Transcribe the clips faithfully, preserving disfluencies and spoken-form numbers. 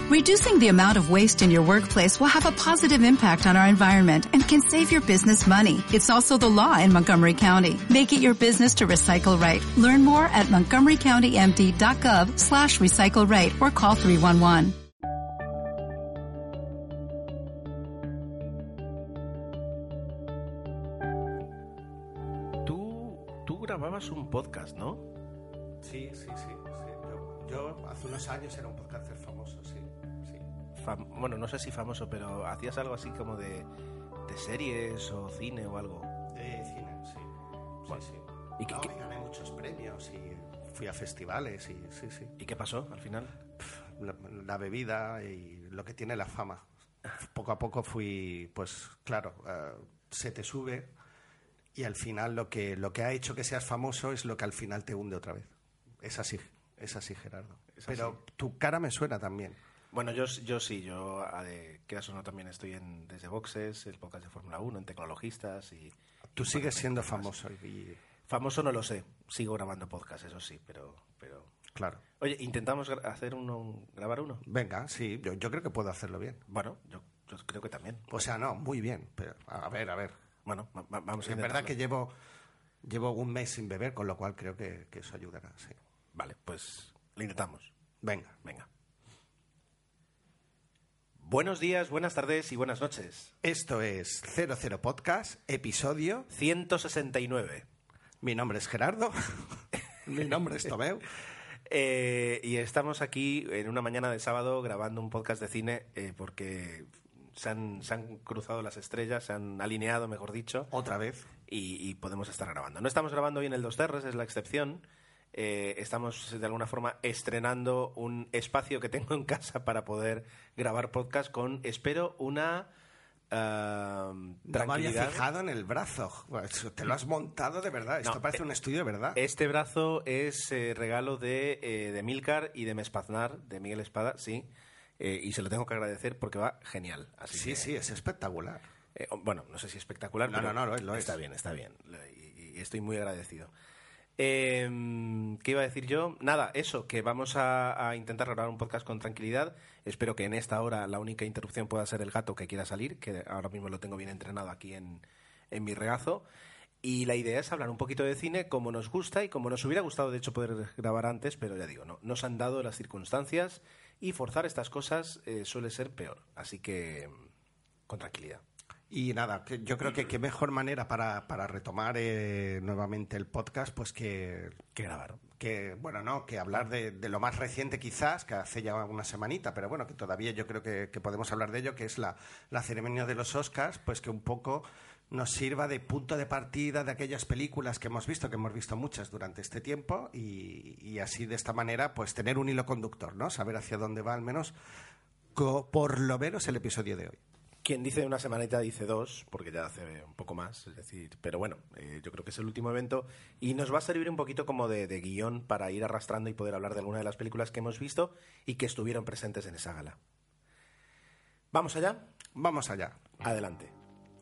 Reducing the amount of waste in your workplace will have a positive impact on our environment and can save your business money. It's also the law in Montgomery County. Make it your business to recycle right. Learn more at montgomery county m d dot gov slash recycle right or call three one one. Tú, tú grababas un podcast, ¿no? Sí, sí, sí. sí. Yo, yo hace unos años era un podcaster famoso, sí. sí. Fam- bueno, no sé si famoso, pero hacías algo así como de, de series o cine o algo. De cine, sí. Bueno. Sí, sí. ¿Y qué- No, qué- y gané muchos premios y fui a festivales y sí, sí. ¿Y qué pasó al final? La, la bebida y lo que tiene la fama. Poco a poco fui, pues claro, eh, se te sube y al final lo que, lo que ha hecho que seas famoso es lo que al final te hunde otra vez. Es así, es así, Gerardo. Es Pero así. tu cara me suena también. Bueno, yo, yo sí, yo, eh, quieras o no, también estoy en Desde Boxes, el podcast de Fórmula uno, en Tecnologistas y... Tú y sigues bueno, siendo cosas. famoso y Famoso no lo sé, sigo grabando podcast, eso sí, pero... pero... claro. Oye, ¿intentamos gra- hacer uno, grabar uno? Venga, sí, yo, yo creo que puedo hacerlo bien. Bueno, yo, yo creo que también. O sea, no, muy bien, pero a ver, a ver. Bueno, va- va- vamos a Es verdad intentarlo. que llevo, llevo un mes sin beber, con lo cual creo que, que eso ayudará, sí. Vale, pues lo intentamos. Venga. Venga. Buenos días, buenas tardes y buenas noches. Esto es cero cero Podcast, episodio. ciento sesenta y nueve. Mi nombre es Gerardo. Mi nombre es Tomeu. Eh, y estamos aquí en una mañana de sábado grabando un podcast de cine eh, porque se han, se han cruzado las estrellas, se han alineado, mejor dicho, Otra vez. y, y podemos estar grabando. No estamos grabando hoy en el Dos Terres, es la excepción. Eh, estamos de alguna forma estrenando un espacio que tengo en casa para poder grabar podcast con, espero, una ah, No me tranquilidad. había fijado en el brazo. Eso te lo has montado de verdad. Esto No, parece eh, un estudio de verdad. Este brazo es eh, regalo de, eh, de Milcar y de Mespaznar, de Miguel Espada, sí. Eh, y se lo tengo que agradecer porque va genial. Así Sí, que, sí, es espectacular. eh, bueno, no sé si espectacular, No, pero no, no, lo es, lo está es. bien, está bien. Y, y estoy muy agradecido. Eh, ¿Qué iba a decir yo? Nada, eso, que vamos a, a intentar grabar un podcast con tranquilidad. Espero que en esta hora la única interrupción pueda ser el gato que quiera salir, que ahora mismo lo tengo bien entrenado aquí en, en mi regazo. Y la idea es hablar un poquito de cine como nos gusta y como nos hubiera gustado, de hecho, poder grabar antes, pero ya digo, no nos han dado las circunstancias y forzar estas cosas eh, suele ser peor. Así que, mm, con tranquilidad. Y nada, que yo creo que qué mejor manera para, para retomar eh, nuevamente el podcast, pues que, Que grabar. que bueno, no, que hablar de, de lo más reciente quizás, que hace ya una semanita, pero bueno, que todavía yo creo que, que podemos hablar de ello, que es la, la ceremonia de los Oscars, pues que un poco nos sirva de punto de partida de aquellas películas que hemos visto, que hemos visto muchas durante este tiempo, y, y así de esta manera, pues tener un hilo conductor, ¿no? Saber hacia dónde va al menos, co- por lo menos el episodio de hoy. Quien dice una semanita dice dos, porque ya hace un poco más, es decir, pero bueno, eh, yo creo que es el último evento y nos va a servir un poquito como de, de guión para ir arrastrando y poder hablar de alguna de las películas que hemos visto y que estuvieron presentes en esa gala. ¿Vamos allá? Vamos allá. Adelante.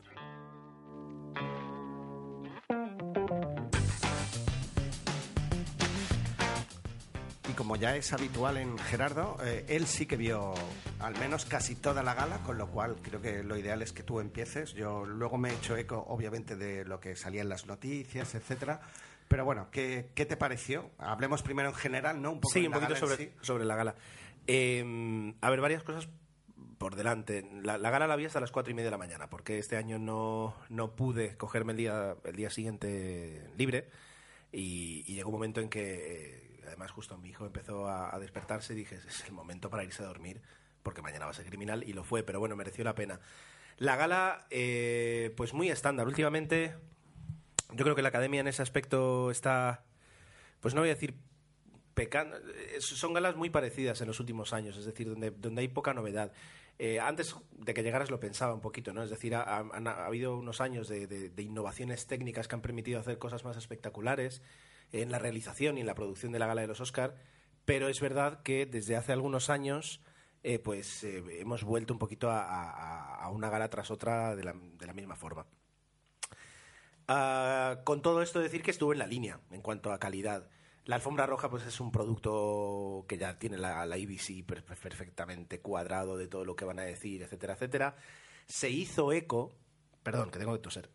Y como ya es habitual en Gerardo, eh, él sí que vio al menos casi toda la gala, con lo cual creo que lo ideal es que tú empieces. Yo luego me he hecho eco, obviamente, de lo que salía en las noticias, etcétera. Pero bueno, ¿qué, qué te pareció? Hablemos primero en general, ¿no? Un poco Sí, de un la poquito gala en sobre, sí. sobre la gala. Eh, a ver, varias cosas por delante. La, la gala la vi hasta las cuatro y media de la mañana, porque este año no, no pude cogerme el día, el día siguiente libre y, y llegó un momento en que... Eh, además justo mi hijo empezó a, a despertarse y dije, es el momento para irse a dormir porque mañana va a ser criminal, y lo fue, pero bueno, mereció la pena. La gala, eh, pues muy estándar. Últimamente yo creo que la Academia en ese aspecto está, pues no voy a decir pecando, son galas muy parecidas en los últimos años, es decir, donde, donde hay poca novedad. Eh, antes de que llegaras lo pensaba un poquito, ¿no? Es decir, ha, ha, ha habido unos años de, de, de innovaciones técnicas que han permitido hacer cosas más espectaculares en la realización y en la producción de la gala de los Oscar, pero es verdad que desde hace algunos años eh, pues eh, hemos vuelto un poquito a, a, a una gala tras otra de la, de la misma forma. Uh, con todo esto decir que estuvo en la línea en cuanto a calidad. La alfombra roja pues es un producto que ya tiene la, la I B C per- perfectamente cuadrado de todo lo que van a decir, etcétera, etcétera. Se hizo eco, perdón, que tengo que toser.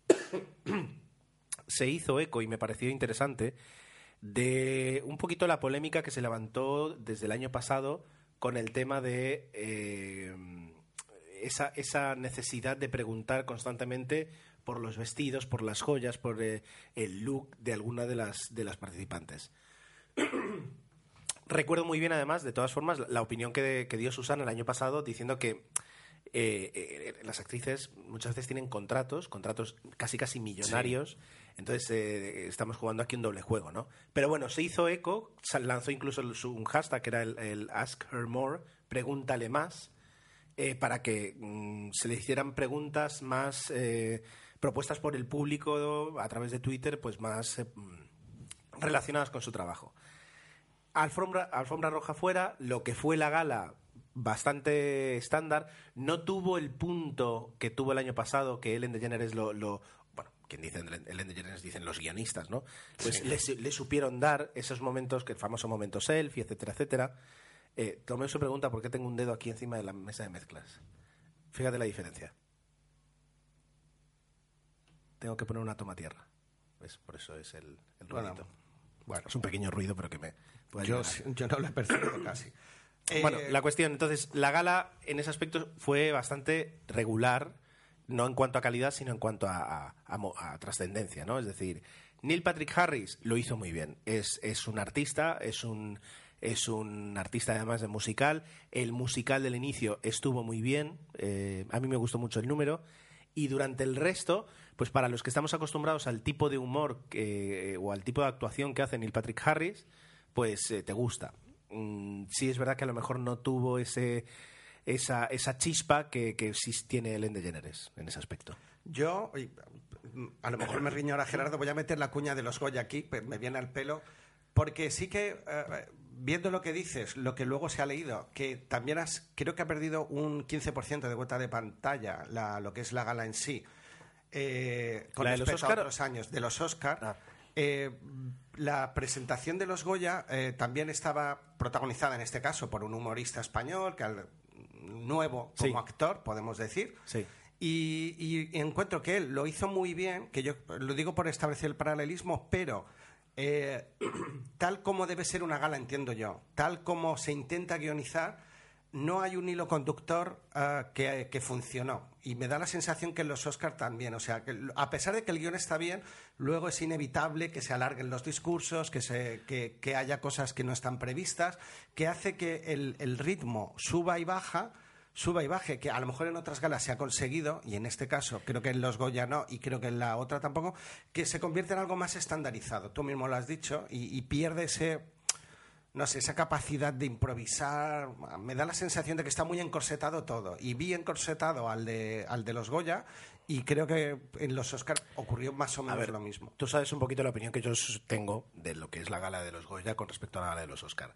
Se hizo eco y me pareció interesante de un poquito la polémica que se levantó desde el año pasado con el tema de eh, esa, esa necesidad de preguntar constantemente por los vestidos, por las joyas, por eh, el look de alguna de las, de las participantes. Recuerdo muy bien, además, de todas formas, la, la opinión que, que dio Susana el año pasado diciendo que eh, eh, las actrices muchas veces tienen contratos, contratos casi casi millonarios, sí. Entonces eh, estamos jugando aquí un doble juego, ¿no? Pero bueno, se hizo eco, lanzó incluso un hashtag que era el, el Ask Her More, pregúntale más, eh, para que mm, se le hicieran preguntas más eh, propuestas por el público a través de Twitter, pues más eh, relacionadas con su trabajo. Alfombra, alfombra roja fuera, lo que fue la gala bastante estándar, no tuvo el punto que tuvo el año pasado, que Ellen DeGeneres lo, lo bueno, quien dice Ellen DeGeneres dicen los guionistas, ¿no? Pues sí. le, le supieron dar esos momentos, que el famoso momento selfie, etcétera, etcétera. Eh, Tomeo se pregunta por qué tengo un dedo aquí encima de la mesa de mezclas. Fíjate la diferencia. Tengo que poner una toma tierra. ¿Ves? Por eso es el, el ruidito. Bueno, bueno, es un pequeño ruido, pero que me puede yo, yo no lo he percibido casi. Bueno, eh... la cuestión, entonces, la gala en ese aspecto fue bastante regular, no en cuanto a calidad, sino en cuanto a, a, a, a trascendencia, ¿no? Es decir, Neil Patrick Harris lo hizo muy bien. Es, es un artista, es un, es un artista además de musical. El musical del inicio estuvo muy bien. Eh, a mí me gustó mucho el número. Y durante el resto, pues para los que estamos acostumbrados al tipo de humor que, o al tipo de actuación que hace Neil Patrick Harris, pues eh, te gusta. Mm, sí es verdad que a lo mejor no tuvo ese esa, esa chispa que, que sí tiene Ellen DeGeneres en ese aspecto. Yo, a lo mejor me riño ahora Gerardo, voy a meter la cuña de los Goya aquí, me viene al pelo, porque sí que, eh, viendo lo que dices, lo que luego se ha leído, que también has, creo que ha perdido un quince por ciento de cuota de pantalla la, lo que es la gala en sí, eh, con ¿La respecto de los Oscar? a otros años, de los Oscar. Ah. Eh, la presentación de los Goya eh, también estaba protagonizada en este caso por un humorista español, que al, nuevo como sí. actor, podemos decir. Sí. Y, y encuentro que él lo hizo muy bien, que yo lo digo por establecer el paralelismo, pero eh, tal como debe ser una gala, entiendo yo, tal como se intenta guionizar, no hay un hilo conductor uh, que, que funcionó. Y me da la sensación que en los Oscar también. O sea, que a pesar de que el guión está bien, luego es inevitable que se alarguen los discursos, que, se, que, que haya cosas que no están previstas, que hace que el, el ritmo suba y baja, suba y baje, que a lo mejor en otras galas se ha conseguido, y en este caso creo que en los Goya no, y creo que en la otra tampoco, que se convierte en algo más estandarizado. Tú mismo lo has dicho, y, y pierde ese... no sé, esa capacidad de improvisar. Me da la sensación de que está muy encorsetado todo. Y vi encorsetado al de, al de los Goya, y creo que en los Oscar ocurrió más o menos ver, lo mismo. Tú sabes un poquito la opinión que yo tengo de lo que es la gala de los Goya con respecto a la gala de los Oscar.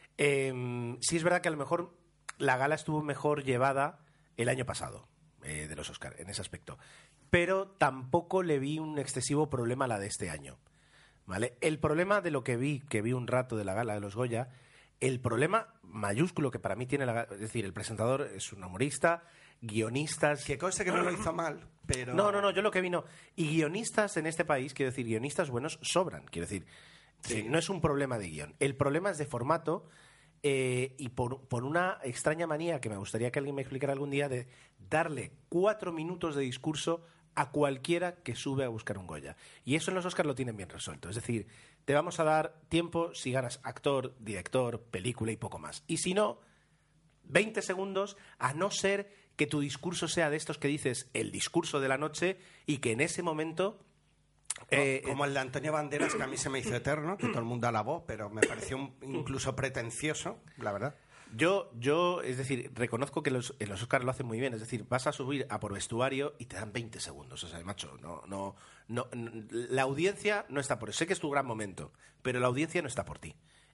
Eh, sí es verdad que a lo mejor la gala estuvo mejor llevada el año pasado, eh, de los Oscar, en ese aspecto. Pero tampoco le vi un excesivo problema a la de este año. ¿Vale? El problema de lo que vi, que vi un rato de la gala de los Goya, el problema mayúsculo que para mí tiene la gala, es decir, el presentador es un humorista, guionistas... Que conste que no lo hizo mal, pero... No, no, no, yo lo que vi no. Y guionistas en este país, quiero decir, guionistas buenos sobran, quiero decir, sí. No es un problema de guión. El problema es de formato, eh, y por, por una extraña manía que me gustaría que alguien me explicara algún día, de darle cuatro minutos de discurso a cualquiera que sube a buscar un Goya. Y eso en los Oscars lo tienen bien resuelto. Es decir, te vamos a dar tiempo si ganas actor, director, película y poco más. Y si no, veinte segundos, a no ser que tu discurso sea de estos que dices el discurso de la noche y que en ese momento... Eh, como el de Antonio Banderas, que a mí se me hizo eterno, que todo el mundo alabó, pero me pareció un, incluso pretencioso, la verdad. Yo, yo, es decir, reconozco que los, en los Oscars lo hacen muy bien. Es decir, vas a subir a por vestuario y te dan veinte segundos. O sea, macho, no, no, no, no, la audiencia no está por eso. Sé que es tu gran momento, pero la audiencia no está por ti.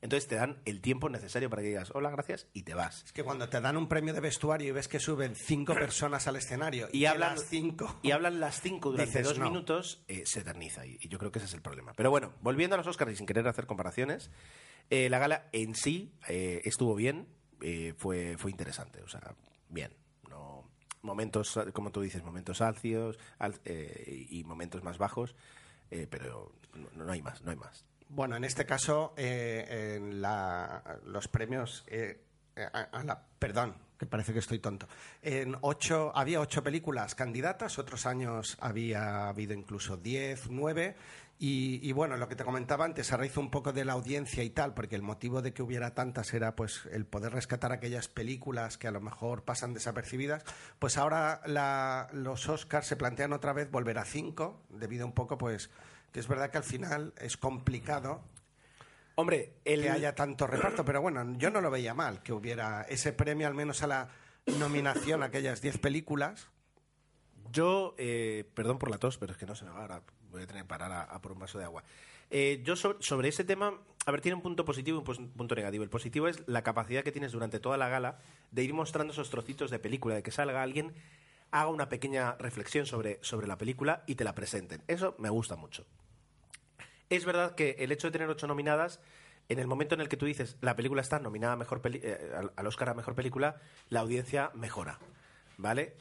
Entonces te dan el tiempo necesario para que digas hola, gracias, y te vas. Es que cuando te dan un premio de vestuario y ves que suben cinco personas al escenario y, y hablan las cinco y hablan las cinco durante dices, dos no. minutos, eh, se eterniza. Y, y yo creo que ese es el problema. Pero bueno, volviendo a los Oscars y sin querer hacer comparaciones, eh, la gala en sí eh, estuvo bien, eh, fue, fue interesante. O sea, bien. No, momentos, como tú dices, momentos alcios al, eh, y momentos más bajos, eh, pero no, no hay más, no hay más. Bueno, en este caso, eh, en la, los premios... Eh, a, a la, perdón, que parece que estoy tonto. En ocho, había ocho películas candidatas, otros años había habido incluso diez, nueve... Y, y bueno, lo que te comentaba antes, a raíz un poco de la audiencia y tal, porque el motivo de que hubiera tantas era pues el poder rescatar aquellas películas que a lo mejor pasan desapercibidas, pues ahora la, los Oscars se plantean otra vez volver a cinco, debido un poco pues que es verdad que al final es complicado Hombre, el... que haya tanto reparto, pero bueno, yo no lo veía mal, que hubiera ese premio al menos a la nominación a aquellas diez películas. Yo, eh, perdón por la tos, pero es que no se me va ahora. Voy a tener que parar a, a por un vaso de agua. Eh, yo sobre, sobre ese tema, a ver, tiene un punto positivo y un punto negativo. El positivo es la capacidad que tienes durante toda la gala de ir mostrando esos trocitos de película, de que salga alguien, haga una pequeña reflexión sobre, sobre la película y te la presenten. Eso me gusta mucho. Es verdad que el hecho de tener ocho nominadas, en el momento en el que tú dices la película está nominada a mejor peli- eh, al, al Oscar a mejor película, la audiencia mejora, ¿vale?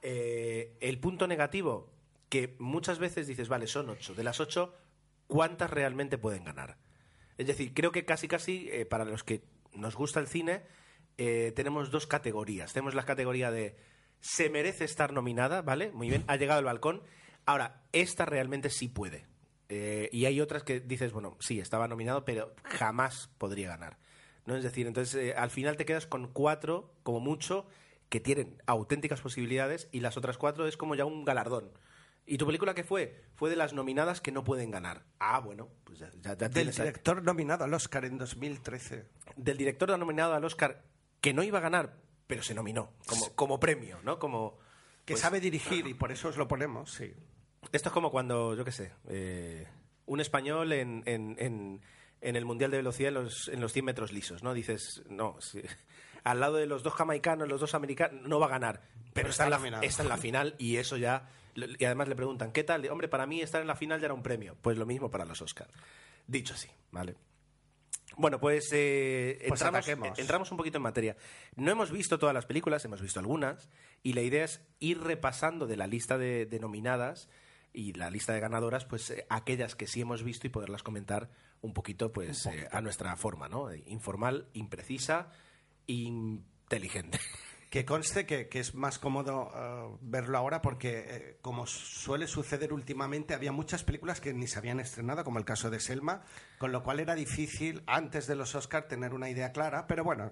Eh, el punto negativo, que muchas veces dices, vale, son ocho. De las ocho, ¿cuántas realmente pueden ganar? Es decir, creo que casi casi, eh, para los que nos gusta el cine, eh, tenemos dos categorías. Tenemos la categoría de se merece estar nominada, ¿vale? Muy bien, ha llegado al balcón. Ahora, esta realmente sí puede. Eh, y hay otras que dices, bueno, sí, estaba nominado, pero jamás podría ganar, ¿no? Es decir, entonces eh, al final te quedas con cuatro, como mucho, que tienen auténticas posibilidades, y las otras cuatro es como ya un galardón. ¿Y tu película qué fue? Fue de las nominadas que no pueden ganar. Ah, bueno, pues ya, ya, ya Del director ahí. Nominado al Oscar en dos mil trece. Del director nominado al Oscar que no iba a ganar, pero se nominó como, como premio, ¿no? Como, que pues, sabe dirigir y por eso os lo ponemos, sí. Esto es como cuando, yo qué sé, eh, un español en, en, en, en el Mundial de Velocidad en los, en los cien metros lisos, ¿no? Dices, no, sí, al lado de los dos jamaicanos, los dos americanos, no va a ganar, pero, pero está, está, en la, está en la final y eso ya... Y además le preguntan, ¿qué tal? Hombre, para mí estar en la final ya era un premio. Pues lo mismo para los Oscars. Dicho así, ¿vale? Bueno, pues, eh, pues entramos, entramos un poquito en materia. No hemos visto todas las películas, hemos visto algunas, y la idea es ir repasando de la lista de, de nominadas y la lista de ganadoras, pues eh, aquellas que sí hemos visto y poderlas comentar un poquito, pues, un poquito. Eh, a nuestra forma, ¿no? Informal, imprecisa, inteligente. Que conste que, que es más cómodo uh, verlo ahora porque, eh, como suele suceder últimamente, había muchas películas que ni se habían estrenado, como el caso de Selma, con lo cual era difícil, antes de los Oscar, tener una idea clara, pero bueno,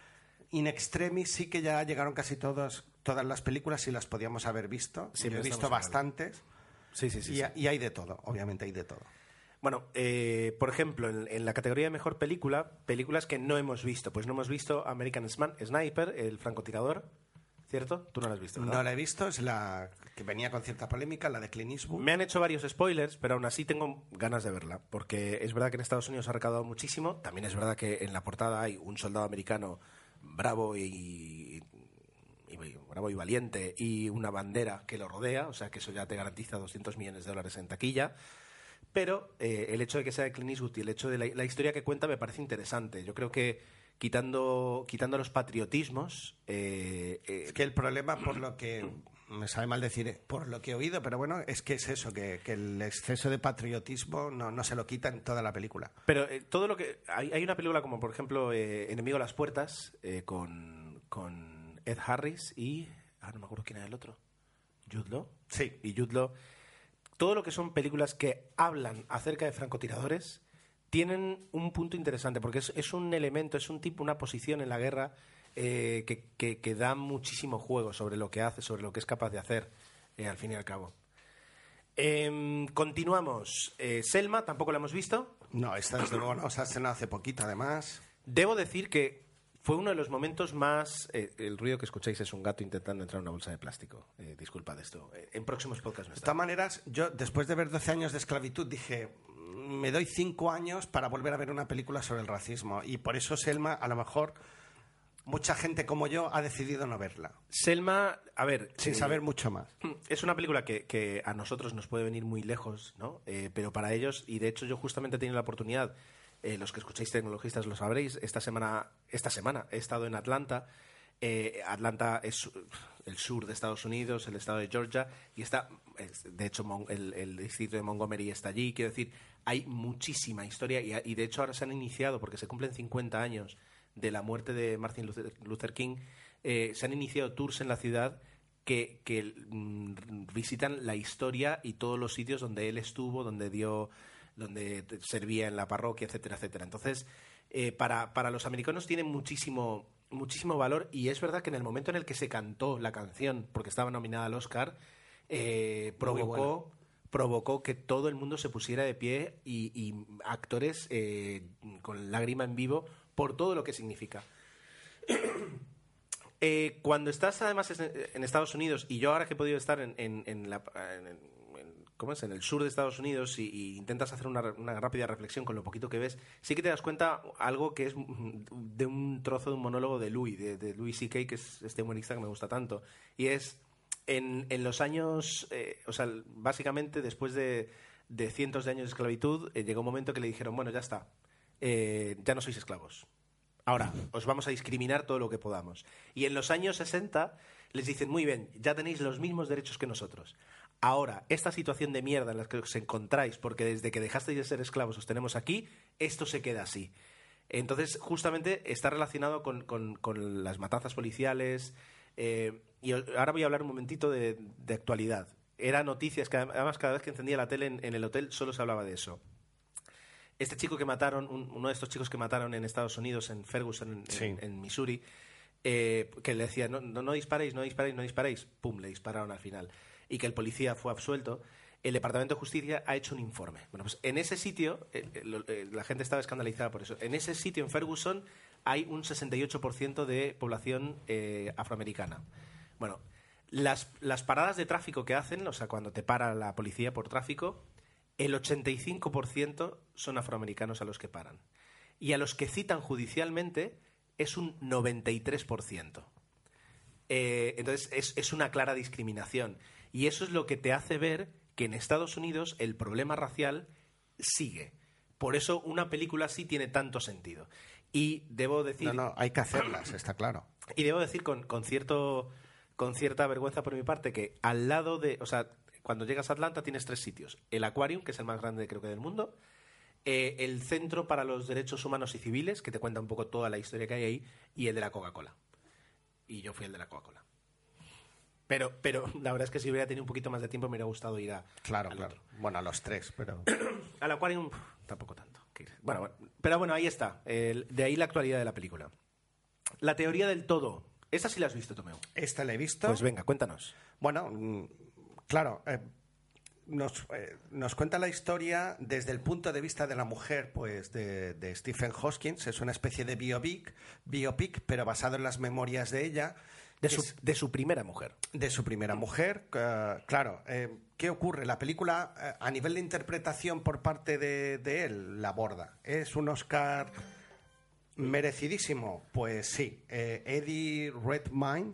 in extremis sí que ya llegaron casi todas, todas las películas y las podíamos haber visto. Sí, Yo he visto bastantes. Sí, sí, sí, y, sí. y hay de todo, obviamente hay de todo. Bueno, eh, por ejemplo, en, en la categoría de mejor película, películas que no hemos visto. Pues no hemos visto American Sniper, el francotirador, ¿cierto? Tú no la has visto, ¿verdad? No la he visto, es la que venía con cierta polémica, la de Clint Eastwood. Me han hecho varios spoilers, pero aún así tengo ganas de verla, porque es verdad que en Estados Unidos ha recaudado muchísimo. También es verdad que en la portada hay un soldado americano bravo y... Y, bravo y valiente, y una bandera que lo rodea, o sea que eso ya te garantiza doscientos millones de dólares en taquilla. Pero eh, el hecho de que sea de Clint Eastwood y el hecho de la, la historia que cuenta me parece interesante. Yo creo que quitando, quitando los patriotismos... Eh, eh, es que el problema, por lo que... Me sabe mal decir por lo que he oído, pero bueno, es que es eso, que, que el exceso de patriotismo no, no se lo quita en toda la película. Pero eh, todo lo que... Hay, hay una película como, por ejemplo, eh, Enemigo a las puertas, eh, con, con Ed Harris y... Ah, no me acuerdo quién era el otro. ¿Jude Law? Sí. Y Jude Law. Todo lo que son películas que hablan acerca de francotiradores tienen un punto interesante, porque es, es un elemento, es un tipo, una posición en la guerra eh, que, que, que da muchísimo juego sobre lo que hace, sobre lo que es capaz de hacer, eh, al fin y al cabo. Eh, continuamos. Eh, Selma, tampoco la hemos visto. No, esta desde luego no, se ha estrenado hace poquito, además. Debo decir que fue uno de los momentos más... Eh, el ruido que escucháis es un gato intentando entrar en una bolsa de plástico. Eh, disculpad esto. Eh, en próximos podcasts no está. De todas maneras, yo después de ver doce años de esclavitud dije, me doy cinco años para volver a ver una película sobre el racismo. Y por eso Selma, a lo mejor, mucha gente como yo ha decidido no verla. Selma, a ver... Sin eh, saber mucho más. Es una película que, que a nosotros nos puede venir muy lejos, ¿no? Eh, pero para ellos, y de hecho yo justamente he tenido la oportunidad, eh, los que escucháis tecnologistas lo sabréis, esta semana, esta semana he estado en Atlanta. Eh, Atlanta es el sur de Estados Unidos, el estado de Georgia, y está, de hecho, el, el distrito de Montgomery está allí. Quiero decir, hay muchísima historia y, y de hecho ahora se han iniciado, porque se cumplen cincuenta años de la muerte de Martin Luther, Luther King, eh, se han iniciado tours en la ciudad que, que mm, visitan la historia y todos los sitios donde él estuvo, donde dio, donde servía en la parroquia, etcétera, etcétera. Entonces, eh, para, para los americanos tiene muchísimo, muchísimo valor, y es verdad que en el momento en el que se cantó la canción, porque estaba nominada al Oscar, eh, provocó... Bueno. provocó que todo el mundo se pusiera de pie y, y actores eh, con lágrima en vivo por todo lo que significa. eh, cuando estás además en Estados Unidos, y yo ahora que he podido estar en, en, en, la, en, en, ¿cómo es? en el sur de Estados Unidos y, y intentas hacer una, una rápida reflexión con lo poquito que ves, sí que te das cuenta algo que es de un trozo de un monólogo de Louis, de, de Louis C K, que es este humorista que me gusta tanto, y es... En, en los años, eh, o sea, básicamente después de, de cientos de años de esclavitud, eh, llegó un momento que le dijeron, bueno, ya está, eh, ya no sois esclavos. Ahora, os vamos a discriminar todo lo que podamos. Y en los años sesenta les dicen, muy bien, ya tenéis los mismos derechos que nosotros. Ahora, esta situación de mierda en la que os encontráis, porque desde que dejasteis de ser esclavos os tenemos aquí, esto se queda así. Entonces, justamente está relacionado con, con, con las matanzas policiales... Eh, y ahora voy a hablar un momentito de, de actualidad. Era noticias, que además cada vez que encendía la tele en, en el hotel solo se hablaba de eso. Este chico que mataron, un, uno de estos chicos que mataron en Estados Unidos, en Ferguson, en, sí. en, en Missouri, eh, que le decía, no, no, no disparéis, no disparéis, no disparéis, pum, le dispararon al final. Y que el policía fue absuelto. El Departamento de Justicia ha hecho un informe. Bueno, pues en ese sitio, eh, eh, la gente estaba escandalizada por eso. En ese sitio, en Ferguson, hay un sesenta y ocho por ciento de población eh, afroamericana. Bueno, las, las paradas de tráfico que hacen, o sea, cuando te para la policía por tráfico, el ochenta y cinco por ciento son afroamericanos a los que paran. Y a los que citan judicialmente es un noventa y tres por ciento. Eh, entonces, es, es una clara discriminación. Y eso es lo que te hace ver que en Estados Unidos el problema racial sigue. Por eso una película así tiene tanto sentido. Y debo decir... No, no, hay que hacerlas, está claro. Y debo decir con, con, cierto, con cierta vergüenza por mi parte que al lado de... O sea, cuando llegas a Atlanta tienes tres sitios. El Aquarium, que es el más grande creo que del mundo. Eh, el Centro para los Derechos Humanos y Civiles, que te cuenta un poco toda la historia que hay ahí. Y el de la Coca-Cola. Y yo fui el de la Coca-Cola. Pero, pero la verdad es que si hubiera tenido un poquito más de tiempo me hubiera gustado ir a... Claro, al claro. otro. Bueno, a los tres, pero... Al Aquarium tampoco tanto. Bueno, bueno, pero bueno, ahí está. El, de ahí la actualidad de la película. La teoría del todo. ¿Esa sí la has visto, Tomeu? Esta la he visto. Pues venga, cuéntanos. Bueno, mm, claro, eh, nos, eh, nos cuenta la historia desde el punto de vista de la mujer, pues de, de Stephen Hawking. Es una especie de biopic, biopic, pero basado en las memorias de ella. De su, es, de su primera mujer. De su primera mujer, uh, claro. Eh, ¿Qué ocurre? La película, uh, a nivel de interpretación por parte de, de él, la aborda. ¿Es un Oscar merecidísimo? Pues sí. Eh, Eddie Redmayne.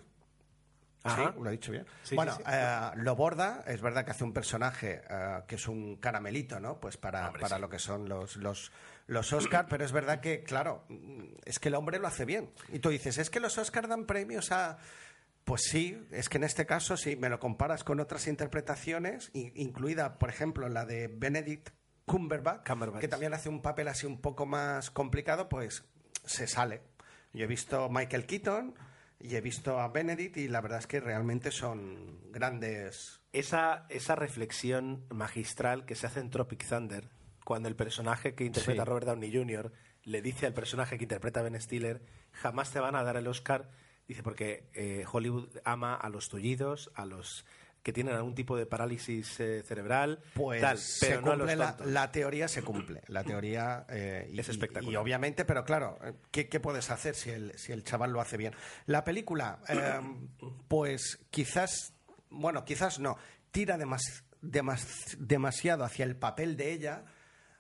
Ajá. Sí, lo he dicho bien. Sí, bueno, sí, sí. Uh, lo borda. Es verdad que hace un personaje uh, que es un caramelito, ¿no? Pues para, Hombre, para sí. lo que son los... los Los Oscar, pero es verdad que, claro, es que el hombre lo hace bien. Y tú dices, ¿es que los Oscar dan premios a...? Pues sí, es que en este caso, si me lo comparas con otras interpretaciones, incluida, por ejemplo, la de Benedict Cumberbatch, Cumberbatch, que también hace un papel así un poco más complicado, pues se sale. Yo he visto a Michael Keaton y he visto a Benedict y la verdad es que realmente son grandes... Esa, esa reflexión magistral que se hace en Tropic Thunder... cuando el personaje que interpreta sí. Robert Downey junior le dice al personaje que interpreta Ben Stiller, jamás te van a dar el Oscar, dice, porque eh, Hollywood ama a los tullidos, a los que tienen algún tipo de parálisis eh, cerebral, pues tal, pero se no a cumple los la, tontos. la teoría se cumple, la teoría eh, y, es espectacular. Y, y obviamente, pero claro, ¿qué, qué puedes hacer si el, si el chaval lo hace bien? La película, eh, pues quizás, bueno, quizás no, tira demas, demas, demasiado hacia el papel de ella.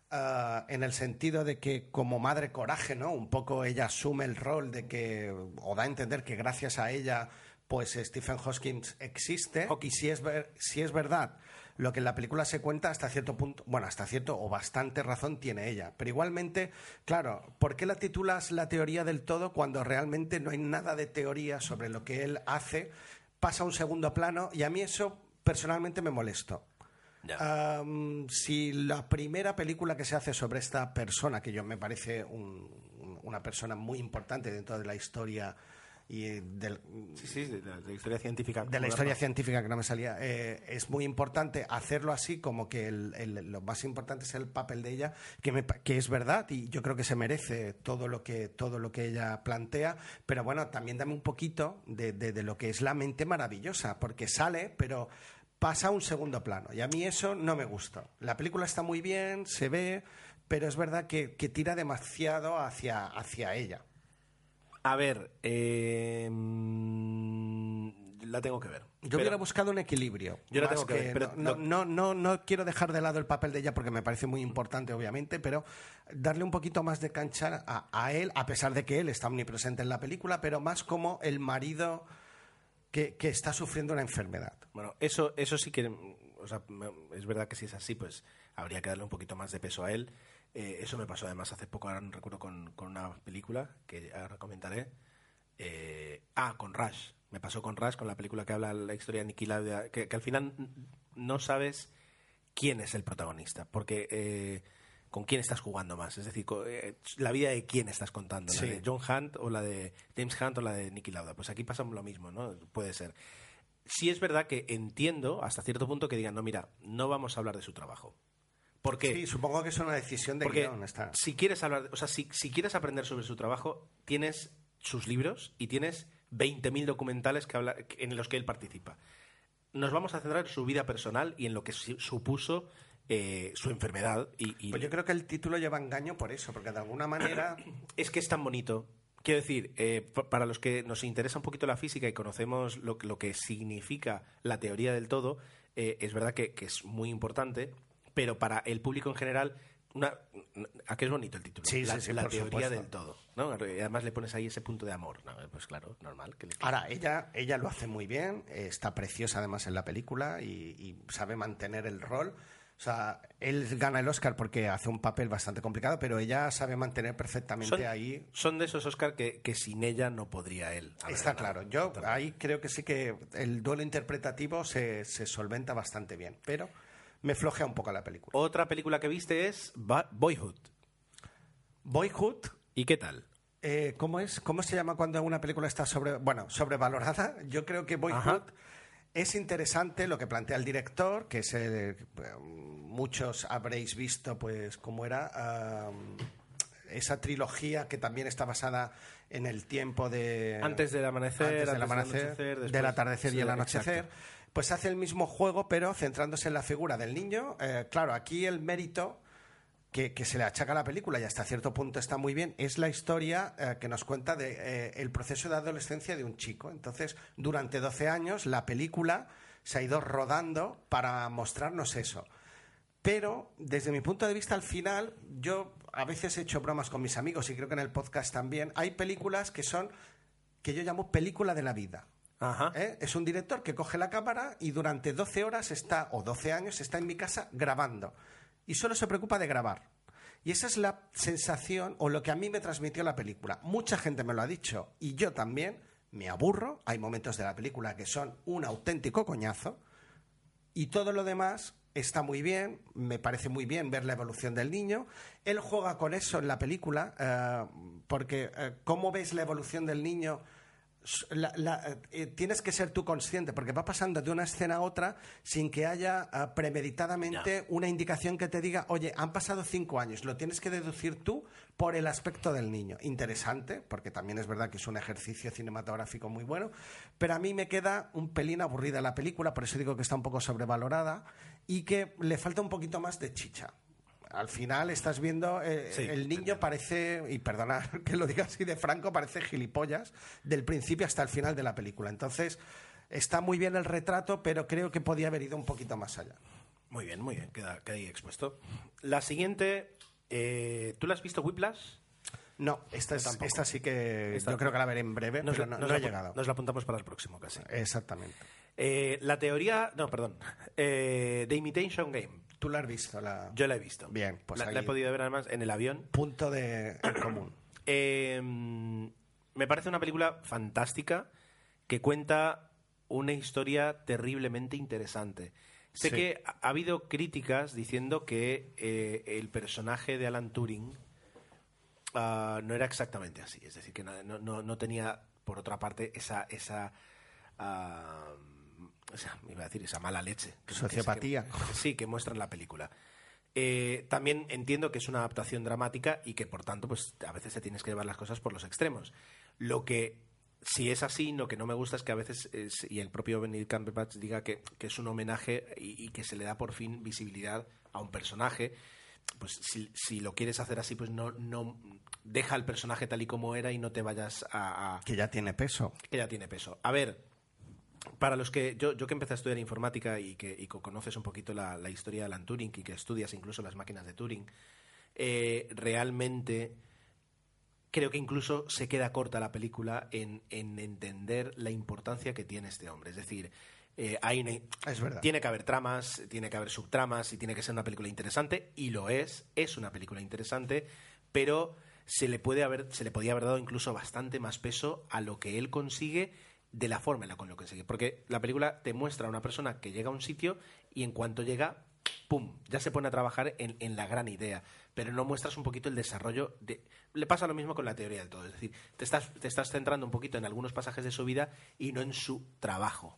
uh, en el sentido de que como madre coraje, ¿no? Un poco ella asume el rol de que, o da a entender que gracias a ella, pues Stephen Hawking existe. Y si es, ver, si es verdad lo que en la película se cuenta, hasta cierto punto, bueno, hasta cierto o bastante razón tiene ella. Pero igualmente, claro, ¿por qué la titulas La teoría del todo cuando realmente no hay nada de teoría sobre lo que él hace? Pasa a un segundo plano y a mí eso personalmente me molestó. Yeah. Um, si la primera película que se hace sobre esta persona, que yo me parece un, una persona muy importante dentro de la historia y del, sí, sí, de, la, de la historia científica de la historia científica que no me salía, eh, es muy importante hacerlo así, como que el, el, lo más importante es el papel de ella, que, me, que es verdad y yo creo que se merece todo lo que todo lo que ella plantea, pero bueno, también dame un poquito de, de, de lo que es la mente maravillosa, porque sale, pero pasa a un segundo plano y a mí eso no me gustó. La película está muy bien, se ve, pero es verdad que, que tira demasiado hacia, hacia ella. A ver, eh, la tengo que ver. Yo pero, hubiera buscado un equilibrio. Yo la tengo que, que ver. Pero no, no, no, no quiero dejar de lado el papel de ella porque me parece muy importante, obviamente, pero darle un poquito más de cancha a, a él, a pesar de que él está omnipresente en la película, pero más como el marido que, que está sufriendo una enfermedad. Bueno, eso, eso sí que... O sea, es verdad que si es así, pues habría que darle un poquito más de peso a él. Eh, eso me pasó además hace poco, ahora no recuerdo, con, con una película que ahora comentaré. Eh, ah, con Rush. Me pasó con Rush, con la película que habla la historia de Niki Lauda, que, que al final no sabes quién es el protagonista, porque eh, con quién estás jugando más. Es decir, con, eh, la vida de quién estás contando, sí. La de John Hunt o la de James Hunt o la de Niki Lauda. Pues aquí pasa lo mismo, ¿no? Puede ser. Sí es verdad que entiendo hasta cierto punto que digan, no, mira, no vamos a hablar de su trabajo. Porque, sí, supongo que es una decisión de guión. Está. Si quieres hablar, o sea, si, si quieres aprender sobre su trabajo, tienes sus libros y tienes veinte mil documentales que habla, en los que él participa. Nos vamos a centrar en su vida personal y en lo que supuso eh, su enfermedad. Y, y... Pues yo creo que el título lleva engaño por eso, porque de alguna manera... Es que es tan bonito. Quiero decir, eh, para los que nos interesa un poquito la física y conocemos lo, lo que significa la teoría del todo, eh, es verdad que, que es muy importante. Pero para el público en general, una, ¿a qué es bonito el título? Sí, la sí, sí, la por teoría supuesto. Del todo, ¿no? Y además le pones ahí ese punto de amor. No, pues claro, normal. Que le... Ahora, ella, ella lo hace muy bien, está preciosa además en la película y, y sabe mantener el rol. O sea, él gana el Oscar porque hace un papel bastante complicado, pero ella sabe mantener perfectamente son, ahí. Son de esos Oscar que, que sin ella no podría él. Está claro. Yo también. Ahí creo que sí que el duelo interpretativo se, se solventa bastante bien, pero... me flojea un poco la película. Otra película que viste es Boyhood. Boyhood. ¿Y qué tal? Eh, ¿cómo es? ¿Cómo se llama cuando una película está sobre, bueno, sobrevalorada? Yo creo que Boyhood Ajá. es interesante lo que plantea el director, que es el, muchos habréis visto, pues, cómo era um, esa trilogía que también está basada en el tiempo de antes del amanecer, antes del, antes amanecer, del, anochecer, después, del atardecer sí, y el anochecer. Exacto. Pues hace el mismo juego, pero centrándose en la figura del niño. Eh, claro, aquí el mérito que, que se le achaca a la película, y hasta cierto punto está muy bien, es la historia eh, que nos cuenta de, eh, el proceso de adolescencia de un chico. Entonces, durante doce años, la película se ha ido rodando para mostrarnos eso. Pero, desde mi punto de vista, al final, yo a veces he hecho bromas con mis amigos, y creo que en el podcast también, hay películas que son, que yo llamo película de la vida. Ajá. ¿Eh? Es un director que coge la cámara y durante doce horas está, o doce años está en mi casa grabando y solo se preocupa de grabar. Y esa es la sensación o lo que a mí me transmitió la película. Mucha gente me lo ha dicho y yo también me aburro. Hay momentos de la película que son un auténtico coñazo y todo lo demás está muy bien. Me parece muy bien ver la evolución del niño. Él juega con eso en la película eh, porque eh, ¿cómo ves la evolución del niño? La, la, eh, tienes que ser tú consciente porque va pasando de una escena a otra sin que haya uh, premeditadamente no. una indicación que te diga, oye, han pasado cinco años, lo tienes que deducir tú por el aspecto del niño. Interesante, porque también es verdad que es un ejercicio cinematográfico muy bueno, pero a mí me queda un pelín aburrida la película, por eso digo que está un poco sobrevalorada y que le falta un poquito más de chicha. Al final estás viendo, eh, sí, el niño entiendo. Parece, y perdona que lo diga así de franco, parece gilipollas del principio hasta el final de la película. Entonces, está muy bien el retrato, pero creo que podía haber ido un poquito más allá. Muy bien, muy bien, queda, queda ahí expuesto. La siguiente Eh, ¿Tú la has visto, Whiplash? No, esta, es, tampoco. esta sí que Esta- yo creo que la veré en breve, Nos, pero la- no, nos no la he apu- llegado. Nos la apuntamos para el próximo, casi. Exactamente. Eh, la teoría... No, perdón. Eh, The Imitation Game. ¿Tú la has visto? La... Yo la he visto. Bien, pues la, ahí- la he podido ver además en el avión. Punto de en común. Eh, me parece una película fantástica que cuenta una historia terriblemente interesante. Sé Sí. que ha, ha habido críticas diciendo que eh, el personaje de Alan Turing ah, no era exactamente así. Es decir, que no, no- no- no tenía, por otra parte, esa... esa ah, esa- iba a decir esa mala leche. que- Sociopatía. que- sí, que muestra en la película. Eh, también entiendo que es una adaptación dramática y que por tanto pues a veces te tienes que llevar las cosas por los extremos. Lo que si es así, lo que no me gusta es que a veces es- y el propio Benedict Cumberbatch diga que, que es un homenaje y, y que se le da por fin visibilidad a un personaje. Pues si, si lo quieres hacer así, pues no, no deja al personaje tal y como era y no te vayas a, a Que ya tiene peso. que ya tiene peso. A ver, para los que yo, yo que empecé a estudiar informática y que, y que conoces un poquito la, la historia de Alan Turing y que estudias incluso las máquinas de Turing, eh, realmente creo que incluso se queda corta la película en, en entender la importancia que tiene este hombre. Es decir, eh, hay una- Es verdad. tiene que haber tramas, tiene que haber subtramas y tiene que ser una película interesante, y lo es, es una película interesante, pero se le puede haber, se le podía haber dado incluso bastante más peso a lo que él consigue de la forma en la que lo consigue. Porque la película te muestra a una persona que llega a un sitio y en cuanto llega, ¡pum!, ya se pone a trabajar en, en la gran idea. Pero no muestras un poquito el desarrollo de... Le pasa lo mismo con la teoría del todo. Es decir, te estás, te estás centrando un poquito en algunos pasajes de su vida y no en su trabajo.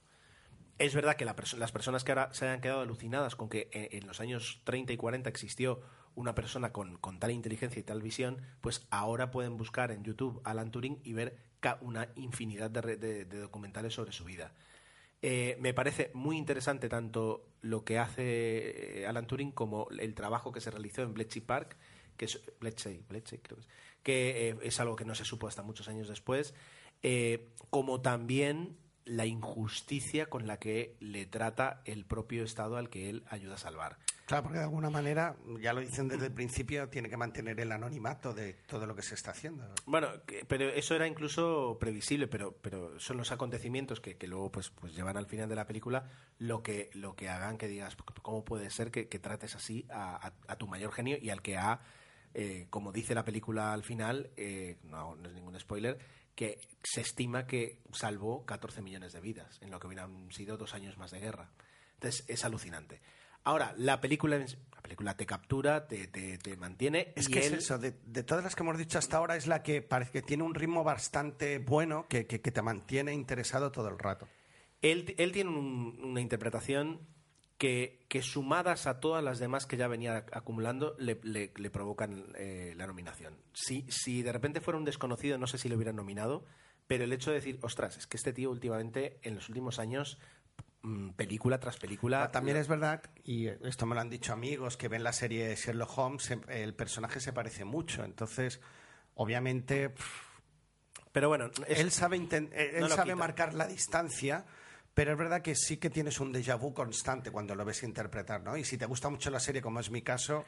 Es verdad que la perso- las personas que ahora se hayan quedado alucinadas con que en, en los años treinta y cuarenta existió una persona con, con tal inteligencia y tal visión, pues ahora pueden buscar en YouTube Alan Turing y ver ca- una infinidad de, re- de- de documentales sobre su vida. Eh, me parece muy interesante tanto lo que hace eh, Alan Turing como el trabajo que se realizó en Bletchley Park, que es, Bletchley, Bletchley, creo que es, que eh, es algo que no se supo hasta muchos años después, eh, como también la injusticia con la que le trata el propio Estado al que él ayuda a salvar. Claro, porque de alguna manera, ya lo dicen desde el principio, tiene que mantener el anonimato de todo lo que se está haciendo. Bueno, que- pero eso era incluso previsible, pero, pero son los acontecimientos que, que luego pues, pues llevan al final de la película lo que, lo que hagan que digas, ¿cómo puede ser que, que trates así a, a- a tu mayor genio y al que ha, eh, como dice la película al final, eh, no, no es ningún spoiler, que se estima que salvó catorce millones de vidas, en lo que hubieran sido dos años más de guerra. Entonces, es alucinante. Ahora, la película, en- la película te captura, te, te, te mantiene. Es y que él- es eso, de, de todas las que hemos dicho hasta ahora, es la que parece que tiene un ritmo bastante bueno, que, que, que te mantiene interesado todo el rato. Él, él tiene un- una interpretación que, que sumadas a todas las demás que ya venía acumulando le, le- le provocan eh, la nominación. Si, si de repente fuera un desconocido, no sé si le hubieran nominado, pero el hecho de decir, ostras, es que este tío últimamente, en los últimos años, mm, película tras película... Ah, También es verdad, y esto me lo han dicho amigos que ven la serie Sherlock Holmes, se- el personaje se parece mucho, entonces, obviamente, pff, Pero bueno, es- él sabe, inten- eh, él no lo sabe quita. marcar la distancia, pero es verdad que sí que tienes un déjà vu constante cuando lo ves interpretar, ¿no? Y si te gusta mucho la serie, como es mi caso,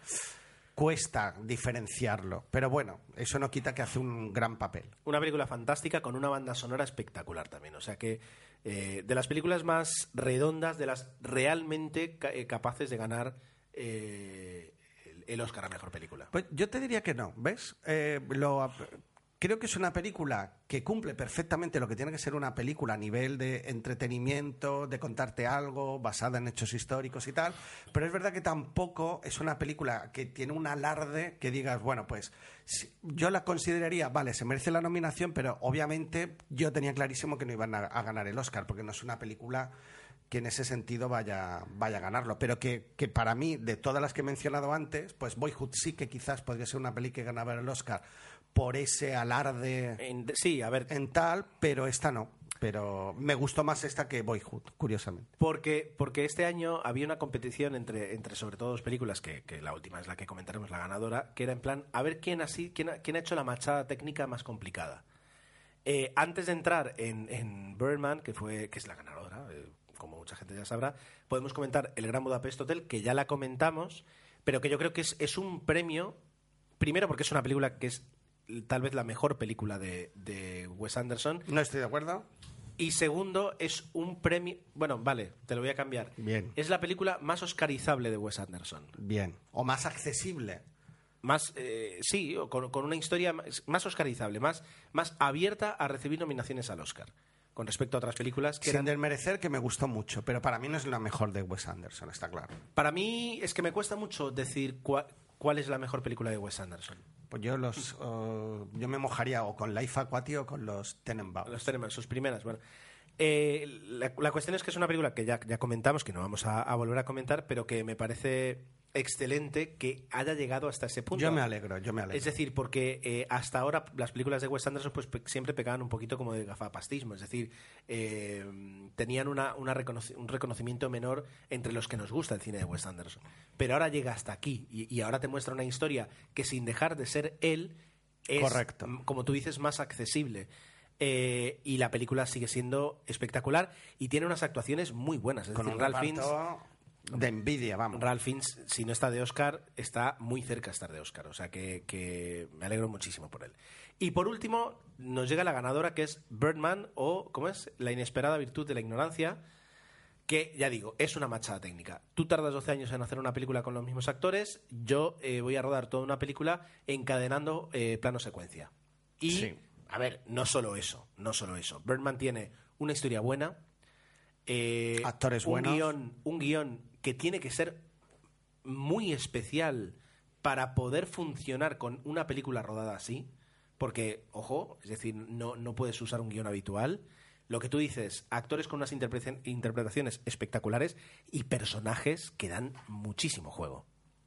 cuesta diferenciarlo. Pero bueno, eso no quita que hace un gran papel. una película fantástica con una banda sonora espectacular también. O sea que eh, de las películas más redondas, de las realmente ca- eh, capaces de ganar eh, el, el Oscar a Mejor Película. Pues yo te diría que no, ¿ves? Eh, lo, creo que es una película que cumple perfectamente lo que tiene que ser una película a nivel de entretenimiento, de contarte algo, basada en hechos históricos y tal, pero es verdad que tampoco es una película que tiene un alarde que digas, bueno, pues si- yo la consideraría, vale, se merece la nominación, pero obviamente yo tenía clarísimo que no iban a, a ganar el Oscar, porque no es una película que en ese sentido vaya, vaya a ganarlo, pero que, que para mí, de todas las que he mencionado antes, pues Boyhood sí que quizás podría ser una peli que ganaba el Oscar por ese alarde En- sí, a ver, en tal, pero esta no. Pero me gustó más esta que Boyhood, curiosamente. porque, porque este año había una competición entre, entre sobre todo dos películas, que, que la última es la que comentaremos, la ganadora, que era en plan, a ver quién, así, quién, ha, quién ha hecho la machada técnica más complicada. Eh, antes de entrar en, en Birdman, que, fue, que es la ganadora, eh, como mucha gente ya sabrá, podemos comentar El Gran Budapest Hotel, que ya la comentamos, pero que yo creo que es, es un premio primero porque es una película que es tal vez la mejor película de, de Wes Anderson. No estoy de acuerdo. Y segundo, es un premio... Bueno, vale, te lo voy a cambiar. Bien. Es la película más oscarizable de Wes Anderson. Bien. O más accesible. Más, eh, sí, con, con una historia más, más oscarizable, más, más abierta a recibir nominaciones al Oscar. Con respecto a otras películas que Sin eran... desmerecer, que me gustó mucho, pero para mí no es la mejor de Wes Anderson, está claro. Para mí es que me cuesta mucho decir cuál, cuál es la mejor película de Wes Anderson. Pues yo los uh, yo me mojaría o con Life Aquatic o con los Tenenbaums. Los Tenenbaums, sus primeras, bueno. Eh, la, la cuestión es que es una película que ya, ya comentamos, que no vamos a, a volver a comentar, pero que me parece excelente que haya llegado hasta ese punto. Yo me alegro, yo me alegro. Es decir, porque eh, hasta ahora las películas de Wes Anderson pues pe- siempre pecaban un poquito como de gafapastismo, es decir, eh, tenían una, una reconoci- un reconocimiento menor entre los que nos gusta el cine de Wes Anderson. Pero ahora llega hasta aquí y, y ahora te muestra una historia que sin dejar de ser él es, correcto, como tú dices, más accesible. Eh, y la película sigue siendo espectacular y tiene unas actuaciones muy buenas. Es con decir, un Ralph Fiennes, de envidia, vamos. Ralph Fiennes, si no está de Oscar, está muy cerca de estar de Oscar. O sea que, que me alegro muchísimo por él. Y por último, nos llega la ganadora, que es Birdman, o, ¿cómo es? La inesperada virtud de la ignorancia, que, ya digo, es una machada técnica. Tú tardas doce años en hacer una película con los mismos actores, yo eh, voy a rodar toda una película encadenando eh, plano secuencia. Y, sí. a ver, no solo eso, no solo eso. Birdman tiene una historia buena, eh, actores un buenos, guión, un guión que tiene que ser muy especial para poder funcionar con una película rodada así, porque, ojo, es decir, no, no puedes usar un guión habitual. Lo que tú dices, actores con unas interpretaci- interpretaciones espectaculares y personajes que dan muchísimo juego.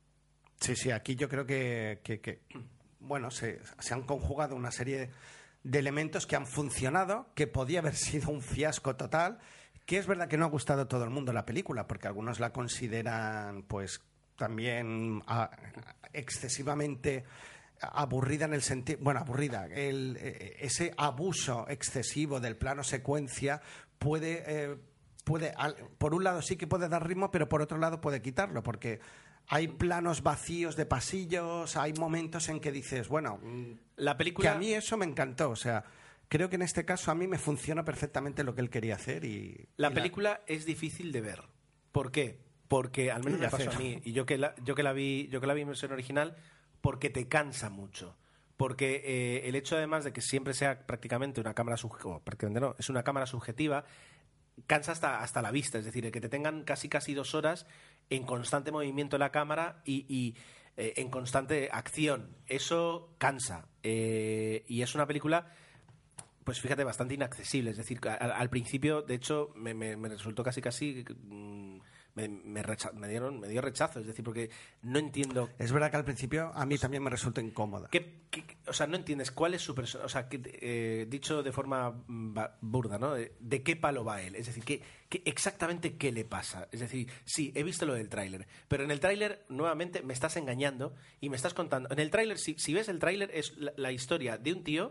Sí, sí, aquí yo creo que, que, que bueno, se, se han conjugado una serie de elementos que han funcionado, que podía haber sido un fiasco total, que es verdad que no ha gustado a todo el mundo la película, porque algunos la consideran, pues, también a, excesivamente aburrida en el sentido, bueno, aburrida, el, ese abuso excesivo del plano secuencia puede, eh, puede al, por un lado sí que puede dar ritmo, pero por otro lado puede quitarlo, porque hay planos vacíos de pasillos, hay momentos en que dices, bueno, la película... que a mí eso me encantó, o sea, creo que en este caso a mí me funciona perfectamente lo que él quería hacer y... La y película la... es difícil de ver. ¿Por qué? Porque, al menos me pasó a mí, y yo que la, yo que la vi, yo que la vi en versión original, porque te cansa mucho. Porque eh, el hecho además de que siempre sea prácticamente una cámara subjetiva, prácticamente no, es una cámara subjetiva, cansa hasta, hasta la vista, es decir, que te tengan casi casi dos horas en constante movimiento la cámara y, y eh, en constante acción. Eso cansa. Eh, y es una película, pues fíjate, bastante inaccesible. Es decir, al, al principio, de hecho, me, me, me resultó casi casi... Mmm, Me, me, recha- me, dieron, me dio rechazo, es decir, porque no entiendo... Es verdad que al principio a mí también me resulta incómoda. ¿Qué, qué, o sea, no entiendes cuál es su persona... O sea, que, eh, dicho de forma burda, ¿no? De, de qué palo va él. Es decir, ¿qué, qué, exactamente qué le pasa. Es decir, sí, he visto lo del tráiler, pero en el tráiler, nuevamente, me estás engañando y me estás contando... En el tráiler, si, si ves el tráiler, es la, la historia de un tío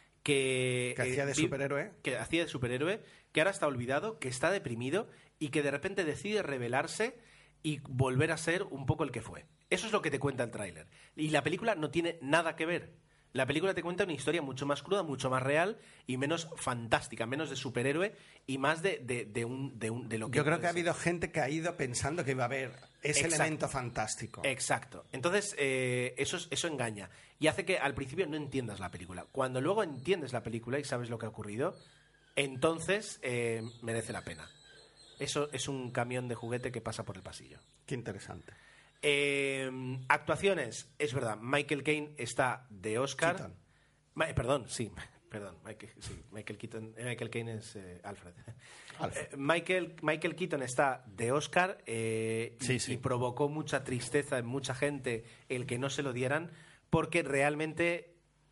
que... Que hacía de vi- superhéroe. Que hacía de superhéroe, que ahora está olvidado, que está deprimido y que de repente decide rebelarse y volver a ser un poco el que fue. Eso es lo que te cuenta el tráiler. Y la película no tiene nada que ver. La película te cuenta una historia mucho más cruda, mucho más real y menos fantástica, menos de superhéroe y más de, de, de, un, de, un, de lo que... Yo creo que ha puede habido gente que ha ido pensando que iba a haber ese Exacto. elemento fantástico. Exacto. Entonces, eh, eso, es- eso engaña. Y hace que al principio no entiendas la película. Cuando luego entiendes la película y sabes lo que ha ocurrido, entonces eh, merece la pena. Eso es un camión de juguete que pasa por el pasillo. Qué interesante. Eh, actuaciones, es verdad, Michael Caine está de Oscar. Keaton. Ma- perdón, sí, perdón, Michael, sí, Michael Keaton, eh, Michael Caine es eh, Alfred. Alfred. Eh, Michael, Michael Keaton está de Oscar eh, y, Sí, sí. y provocó mucha tristeza en mucha gente el que no se lo dieran, porque realmente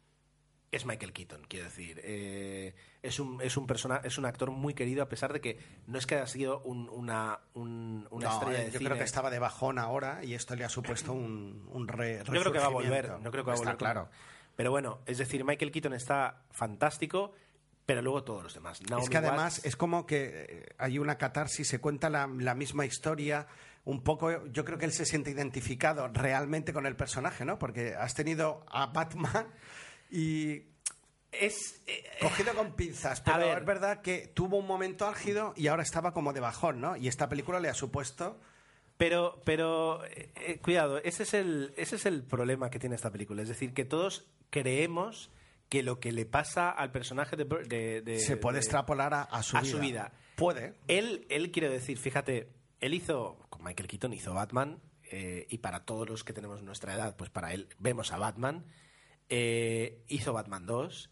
es Michael Keaton, quiero decir. Eh, es un es un persona, es un actor muy querido, a pesar de que no es que haya sido un- una, un- una No, estrella eh, de yo cine. creo que estaba de bajón ahora y esto le ha supuesto un, un re, Yo creo que va a volver. resurgimiento. No creo que va a Está volver. claro. Pero bueno, es decir, Michael Keaton está fantástico. pero luego todos los demás. Naomi es que además Watts, es como que hay una catarsis, se cuenta la, la misma historia, un poco, yo creo que él se siente identificado realmente con el personaje, ¿no? Porque has tenido a Batman y... es eh, cogido con pinzas, a pero ver. es verdad que tuvo un momento álgido y ahora estaba como de bajón, ¿no? Y esta película le ha supuesto... Pero, pero eh, eh, cuidado, ese es el, ese es el problema que tiene esta película. Es decir, que todos creemos que lo que le pasa al personaje de, Bur- de, de- se puede de- extrapolar a, a su a vida. su vida. Puede. Él, él quiero decir, fíjate, él hizo, con Michael Keaton hizo Batman, eh, y para todos los que tenemos nuestra edad, pues para él vemos a Batman. Eh, hizo Batman dos.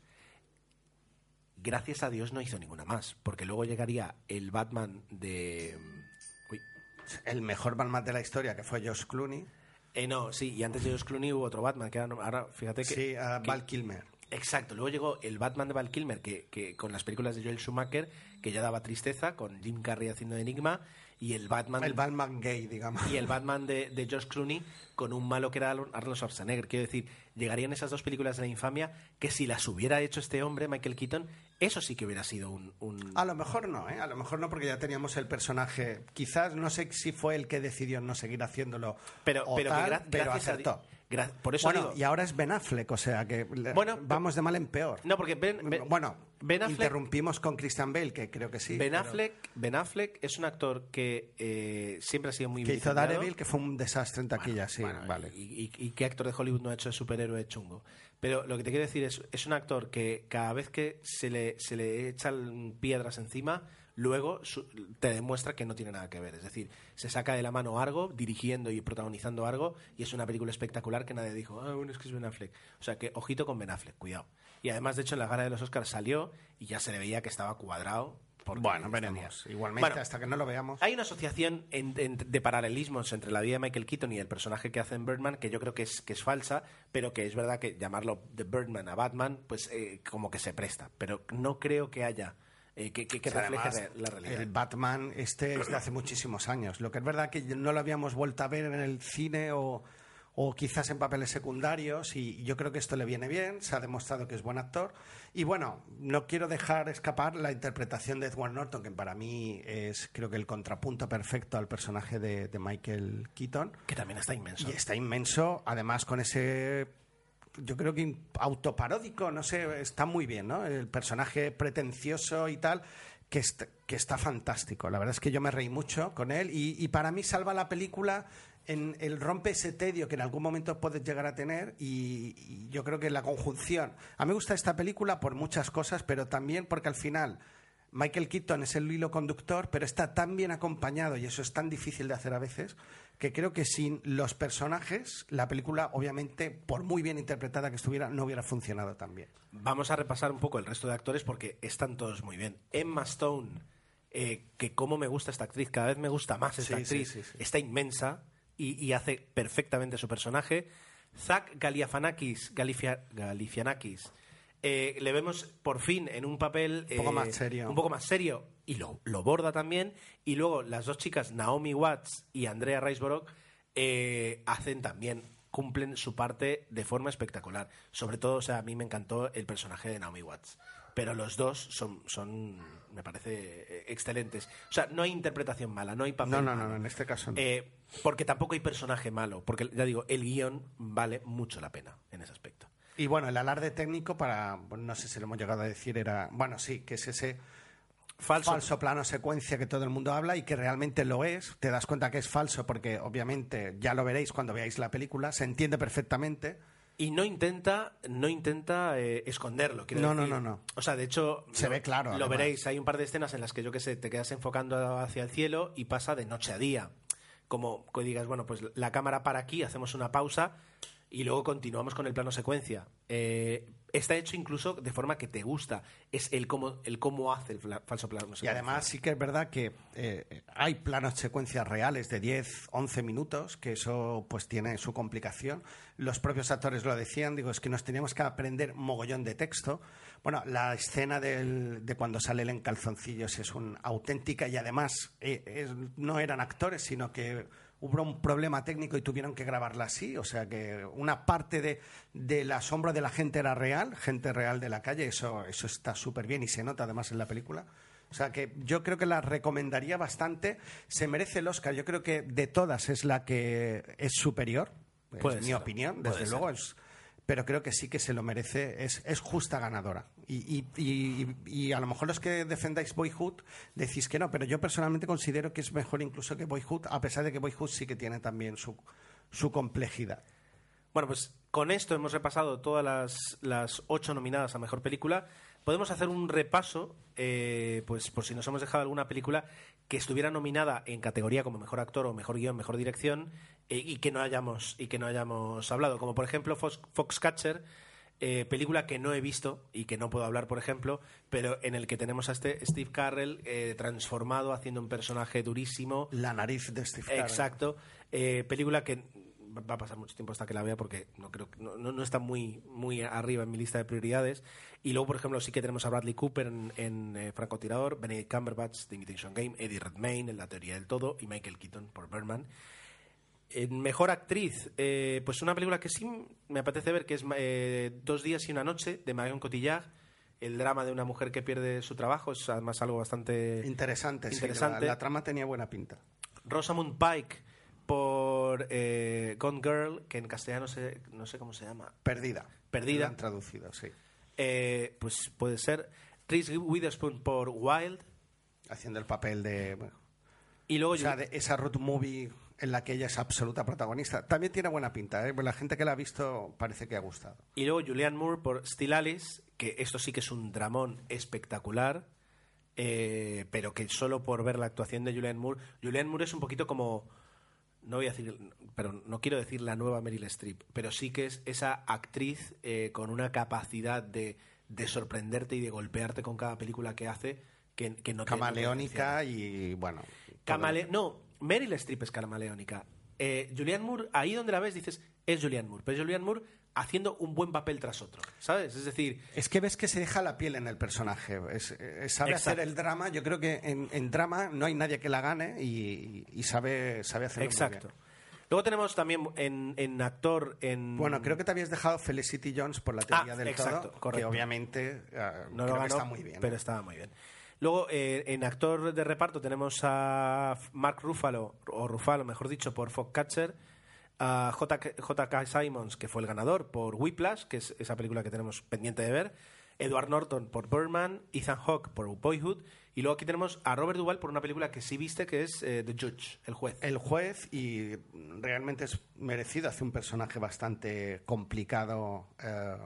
Gracias a Dios no hizo ninguna más, porque luego llegaría el Batman de... Uy, El mejor Batman de la historia, que fue George Clooney. Eh, no, sí, y antes de George Clooney hubo otro Batman, que ahora, ahora fíjate que... Sí, a que- Val Kilmer. Exacto, luego llegó el Batman de Val Kilmer, que, que con las películas de Joel Schumacher, que ya daba tristeza, con Jim Carrey haciendo de Enigma, y el Batman... El Batman gay, digamos. y el Batman de, de George Clooney con un malo que era Arnold Schwarzenegger. Quiero decir, llegarían esas dos películas de la infamia que si las hubiera hecho este hombre, Michael Keaton, eso sí que hubiera sido un... un... A lo mejor no, ¿eh? A lo mejor no, porque ya teníamos el personaje. Quizás, no sé si fue el que decidió no seguir haciéndolo pero o pero, que tal, gra- pero gracias a acertó. Di- gra- por eso Bueno, digo... y ahora es Ben Affleck, o sea que le- Bueno, vamos de mal en peor. No, porque Ben, Ben- bueno, Ben Affleck... interrumpimos con Christian Bale, que creo que sí. Ben pero- Affleck, Ben Affleck es un actor que eh, siempre ha sido muy que hizo vilipendiado. Daredevil, que fue un desastre en taquilla, sí, Bueno, vale. Y, y- y qué actor de Hollywood no ha hecho de superhéroe chungo? Pero lo que te quiero decir es, es un actor que cada vez que se le, se le echan piedras encima, luego su- te demuestra que no tiene nada que ver. Es decir, se saca de la mano Argo, dirigiendo y protagonizando Argo, y es una película espectacular que nadie dijo, ah, bueno, es que es Ben Affleck. O sea, que ojito con Ben Affleck, cuidado. Y además, de hecho, en la gala de los Oscars salió y ya se le veía que estaba cuadrado. porque Bueno, estaría- veremos. Igualmente, Bueno, hasta que no lo veamos. hay una asociación en- en- de paralelismos entre la vida de Michael Keaton y el personaje que hace en Birdman que yo creo que es, que es falsa, pero que es verdad que llamarlo de Birdman a Batman, pues eh, como que se presta. Pero no creo que haya, eh, que, que- que O sea, refleje además, re- la realidad. el Batman este es de hace muchísimos años. Lo que es verdad que no lo habíamos vuelto a ver en el cine o, o quizás en papeles secundarios, y yo creo que esto le viene bien, se ha demostrado que es buen actor. Y bueno, no quiero dejar escapar la interpretación de Edward Norton, que para mí es, creo que el contrapunto perfecto al personaje de, de Michael Keaton. Que también está inmenso. Y está inmenso, además con ese, yo creo que in- autoparódico, no sé, está muy bien, ¿no? El personaje pretencioso y tal, que, est- que está fantástico. La verdad es que yo me reí mucho con él y, y para mí salva la película en el rompe ese tedio que en algún momento puedes llegar a tener y, y yo creo que la conjunción. A mí me gusta esta película por muchas cosas, pero también porque al final Michael Keaton es el hilo conductor, pero está tan bien acompañado, y eso es tan difícil de hacer a veces, que creo que sin los personajes, la película, obviamente, por muy bien interpretada que estuviera, no hubiera funcionado tan bien. Vamos a repasar un poco el resto de actores porque están todos muy bien. Emma Stone, eh, que cómo me gusta esta actriz, cada vez me gusta más esta Sí, actriz, sí, sí, sí. está inmensa y, y hace perfectamente su personaje. Zach Galifianakis, Galifia- Galifianakis eh, le vemos por fin en un papel Un poco eh, más serio. un poco más serio y lo, lo borda también. Y luego las dos chicas, Naomi Watts y Andrea Riseborough, eh, hacen también, cumplen su parte de forma espectacular. Sobre todo, o sea, a mí me encantó el personaje de Naomi Watts. Pero los dos son, son me parece, eh, excelentes. O sea, no hay interpretación mala, no hay papel No, no, malo. no, no, en este caso no. Eh, porque tampoco hay personaje malo. Porque, ya digo, el guión vale mucho la pena en ese aspecto. Y bueno, el alarde técnico para, bueno, no sé si lo hemos llegado a decir, era, bueno, sí, que es ese Falso. falso plano secuencia que todo el mundo habla y que realmente lo es. Te das cuenta que es falso porque obviamente ya lo veréis cuando veáis la película, se entiende perfectamente. Y no intenta, no intenta eh, esconderlo. quiero No, no, decir. no, no. O sea, de hecho, Se lo, ve claro, Lo además. veréis. Hay un par de escenas en las que yo que sé, te quedas enfocando hacia el cielo y pasa de noche a día. Como que digas, bueno, pues la cámara para aquí, hacemos una pausa y luego continuamos con el plano secuencia. Eh, está hecho incluso de forma que te gusta. Es el cómo, el cómo hace el fla- falso plano secuencia. Y además sí que es verdad que eh, hay planos secuencias reales de diez, once minutos, que eso pues tiene su complicación. Los propios actores lo decían, digo, es que nos teníamos que aprender mogollón de texto. Bueno, la escena del, de cuando sale él en calzoncillos es una auténtica y además eh, es- no eran actores, sino que hubo un problema técnico y tuvieron que grabarla así, o sea que una parte de, del asombro de la gente era real, gente real de la calle, eso, eso está súper bien y se nota además en la película. O sea que yo creo que la recomendaría bastante, se merece el Oscar, yo creo que de todas es la que es superior, Puede es mi ser, opinión, puede desde ser. luego es... pero creo que sí que se lo merece, es, es justa ganadora. Y, y, y, y a lo mejor los que defendáis Boyhood decís que no, pero yo personalmente considero que es mejor incluso que Boyhood, a pesar de que Boyhood sí que tiene también su, su complejidad. Bueno, pues con esto hemos repasado todas las, las ocho nominadas a Mejor Película. Podemos hacer un repaso, eh, pues por si nos hemos dejado alguna película que estuviera nominada en categoría como Mejor Actor o Mejor Guión, Mejor Dirección, eh, y que no hayamos y que no hayamos hablado. Como por ejemplo Fox, Foxcatcher, eh, película que no he visto y que no puedo hablar, por ejemplo, pero en el que tenemos a este Steve Carell eh, transformado, haciendo un personaje durísimo. La nariz de Steve Carell. Exacto. Eh, película que va a pasar mucho tiempo hasta que la vea porque no creo no, no, no está muy muy arriba en mi lista de prioridades. Y luego, por ejemplo, sí que tenemos a Bradley Cooper en, en eh, Francotirador, Benedict Cumberbatch, The Imitation Game, Eddie Redmayne en La Teoría del Todo y Michael Keaton por Birdman. En Mejor Actriz, eh, pues una película que sí me apetece ver, que es eh, Dos días y una noche, de Marion Cotillard, el drama de una mujer que pierde su trabajo, es además algo bastante interesante. interesante. Sí, la, la trama tenía buena pinta. Rosamund Pike por eh, Gone Girl, que en castellano sé, no sé cómo se llama. Perdida. Perdida. Lo han traducido, sí. Eh, pues puede ser. Reese Witherspoon por Wild. Haciendo el papel de... Bueno, y luego o sea, de esa road movie en la que ella es absoluta protagonista. También tiene buena pinta, ¿eh? La gente que la ha visto parece que ha gustado. Y luego Julianne Moore por Still Alice, que esto sí que es un dramón espectacular, eh, pero que solo por ver la actuación de Julianne Moore... Julianne Moore es un poquito como... No voy a decir, pero no quiero decir la nueva Meryl Streep, pero sí que es esa actriz eh, con una capacidad de, de sorprenderte y de golpearte con cada película que hace, que, que no camaleónica y bueno. Camale no, Meryl Streep es camaleónica. Eh, Julianne Moore, ahí donde la ves dices, es Julianne Moore, pero es Julianne Moore haciendo un buen papel tras otro, ¿sabes? Es decir... Es que ves que se deja la piel en el personaje. Es, es, sabe Exacto. hacer el drama. Yo creo que en, en drama no hay nadie que la gane y, y sabe, sabe hacerlo Exacto. muy bien. Luego tenemos también en, en actor... en Bueno, creo que te habías dejado Felicity Jones por La Teoría ah, del exacto, Todo, correcto. que obviamente uh, no creo lo ganó, que está muy bien. pero ¿eh? estaba muy bien. Luego, eh, en actor de reparto tenemos a Mark Ruffalo, o Ruffalo, mejor dicho, por Foxcatcher, a J K Simmons, que fue el ganador por Whiplash, que es esa película que tenemos pendiente de ver, Edward Norton por Birdman, Ethan Hawke por Boyhood, y luego aquí tenemos a Robert Duvall por una película que sí viste, que es eh, The Judge, El Juez. El Juez, y realmente es merecido, hace un personaje bastante complicado. Eh,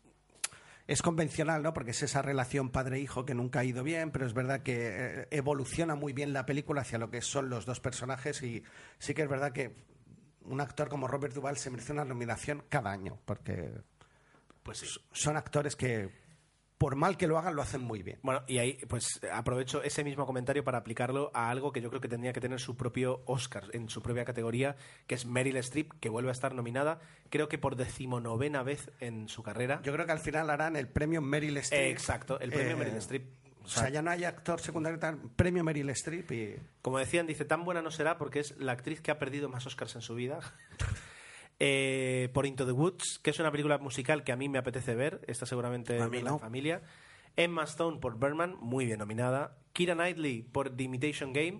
es convencional, ¿no? Porque es esa relación padre-hijo que nunca ha ido bien, pero es verdad que eh, evoluciona muy bien la película hacia lo que son los dos personajes, y sí que es verdad que un actor como Robert Duvall se merece una nominación cada año, porque pues sí. Son actores que, por mal que lo hagan, lo hacen muy bien. Bueno, y ahí pues aprovecho ese mismo comentario para aplicarlo a algo que yo creo que tendría que tener su propio Oscar en su propia categoría, que es Meryl Streep, que vuelve a estar nominada, creo que por decimonovena vez en su carrera. Yo creo que al final harán el premio Meryl Streep. Eh, exacto, el premio eh, Meryl Streep. O sea, ya no hay actor secundario, tal, premio Meryl Streep y... Como decían, dice, tan buena no será porque es la actriz que ha perdido más Oscars en su vida. eh, por Into the Woods, que es una película musical que a mí me apetece ver, esta seguramente a mí no. en familia. Emma Stone por Birdman, muy bien nominada. Keira Knightley por The Imitation Game,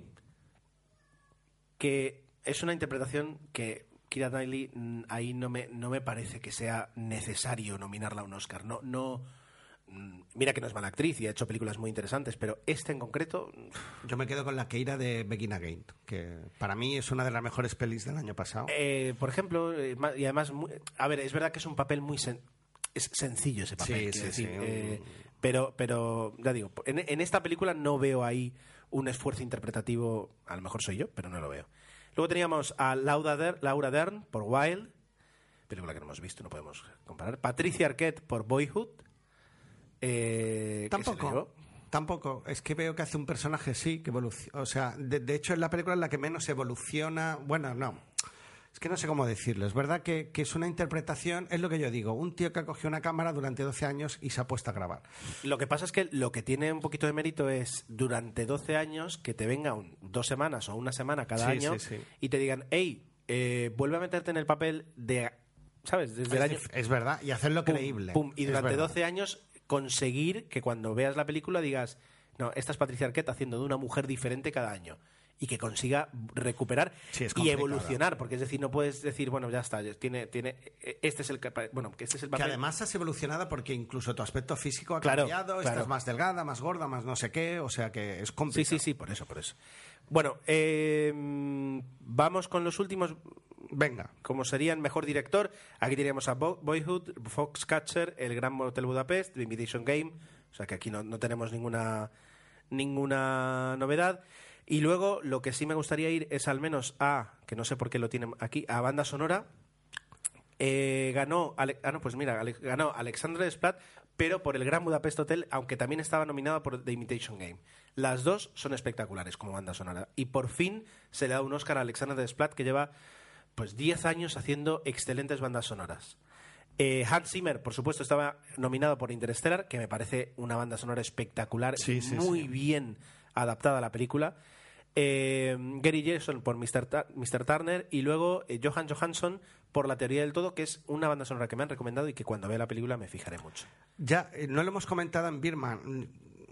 que es una interpretación que Keira Knightley ahí no me, no me parece que sea necesario nominarla a un Oscar. No, no... Mira que no es mala actriz y ha hecho películas muy interesantes, pero esta en concreto... Yo me quedo con la Keira de Begin Again, que para mí es una de las mejores pelis del año pasado. Eh, por ejemplo, eh, y además, muy, a ver, es verdad que es un papel muy... Sen, es sencillo ese papel, sí, sí, decir, sí. Eh, pero, pero, ya digo, en, en esta película no veo ahí un esfuerzo interpretativo, a lo mejor soy yo, pero no lo veo. Luego teníamos a Laura Dern, Laura Dern por Wild, película que no hemos visto, no podemos comparar. Patricia Arquette por Boyhood. Eh, tampoco, tampoco. Es que veo que hace un personaje, sí, que evoluciona. O sea, de, de hecho es la película en la que menos evoluciona. Bueno, no. Es que no sé cómo decirlo. Es verdad que, que es una interpretación, es lo que yo digo, un tío que ha cogido una cámara durante doce años y se ha puesto a grabar. Lo que pasa es que lo que tiene un poquito de mérito es durante doce años que te venga un, dos semanas o una semana cada Sí, año sí, sí. y te digan, hey, eh, vuelve a meterte en el papel de, ¿sabes? Desde el Es, año... dif- es verdad, y hacerlo pum, creíble. pum, y Es durante verdad. doce años conseguir que cuando veas la película digas, no, esta es Patricia Arquette haciendo de una mujer diferente cada año. Y que consiga recuperar Sí, es y complicado. evolucionar, porque es decir, no puedes decir, bueno, ya está, tiene, tiene, este es el, capa- bueno, que este es el Que papel. además has evolucionado porque incluso tu aspecto físico ha Claro, cambiado, claro. estás más delgada, más gorda, más no sé qué, o sea que es Sí, complicado. sí, sí, por eso, por eso. Bueno, eh, vamos con los últimos, Venga. como serían mejor director. Aquí teníamos a Bo- Boyhood, Foxcatcher, El Gran Hotel Budapest, The Invitation Game. O sea que aquí no, no tenemos ninguna ninguna novedad. Y luego lo que sí me gustaría ir es al menos a, que no sé por qué lo tienen aquí, a banda sonora. Eh, ganó, Ale- ah no, pues mira, Ale- ganó Alexandre Desplat, pero por el Gran Budapest Hotel, aunque también estaba nominado por The Imitation Game. Las dos son espectaculares como banda sonora. Y por fin se le da un Oscar a Alexandre Desplat, que lleva pues diez años haciendo excelentes bandas sonoras. Eh, Hans Zimmer, por supuesto, estaba nominado por Interstellar, que me parece una banda sonora espectacular, Sí, sí, muy sí. bien adaptada a la película. Eh, Gary Jason por mister Ta- mister Turner y luego eh, Johan Johansson por La Teoría del Todo, que es una banda sonora que me han recomendado y que cuando vea la película me fijaré mucho. Ya, eh, no lo hemos comentado en Birman.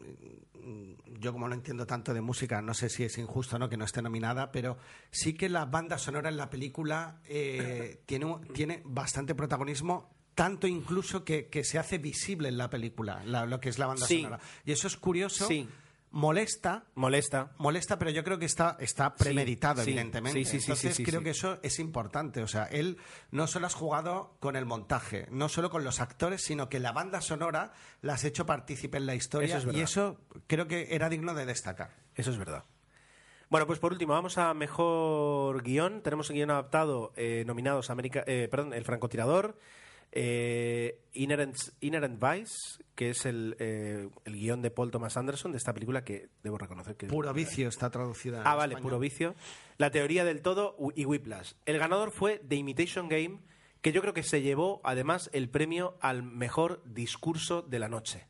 Yo como no entiendo tanto de música, no sé si es injusto o no que no esté nominada, pero sí que la banda sonora en la película eh, tiene, un- tiene bastante protagonismo, tanto incluso que, que se hace visible en la película, la- lo que es la banda Sí. sonora. Y eso es curioso, Sí. molesta, Molesta. molesta, pero yo creo que está, está premeditado, sí, evidentemente. sí, sí, sí, Entonces sí, sí, creo sí. que eso es importante. O sea, él no solo has jugado con el montaje, no solo con los actores, sino que la banda sonora la has hecho partícipe en la historia. Eso es verdad. Y eso creo que era digno de destacar. Eso es verdad. Bueno, pues por último, vamos a mejor guión. Tenemos un guión adaptado eh, nominados a América, eh, perdón, El Francotirador, eh, Inherent, Inherent Vice, que es el, eh, el guión de Paul Thomas Anderson de esta película que debo reconocer que... Puro vicio está traducida en Ah, vale, español. Puro Vicio. La Teoría del Todo y Whiplash. El ganador fue The Imitation Game, que yo creo que se llevó además el premio al mejor discurso de la noche.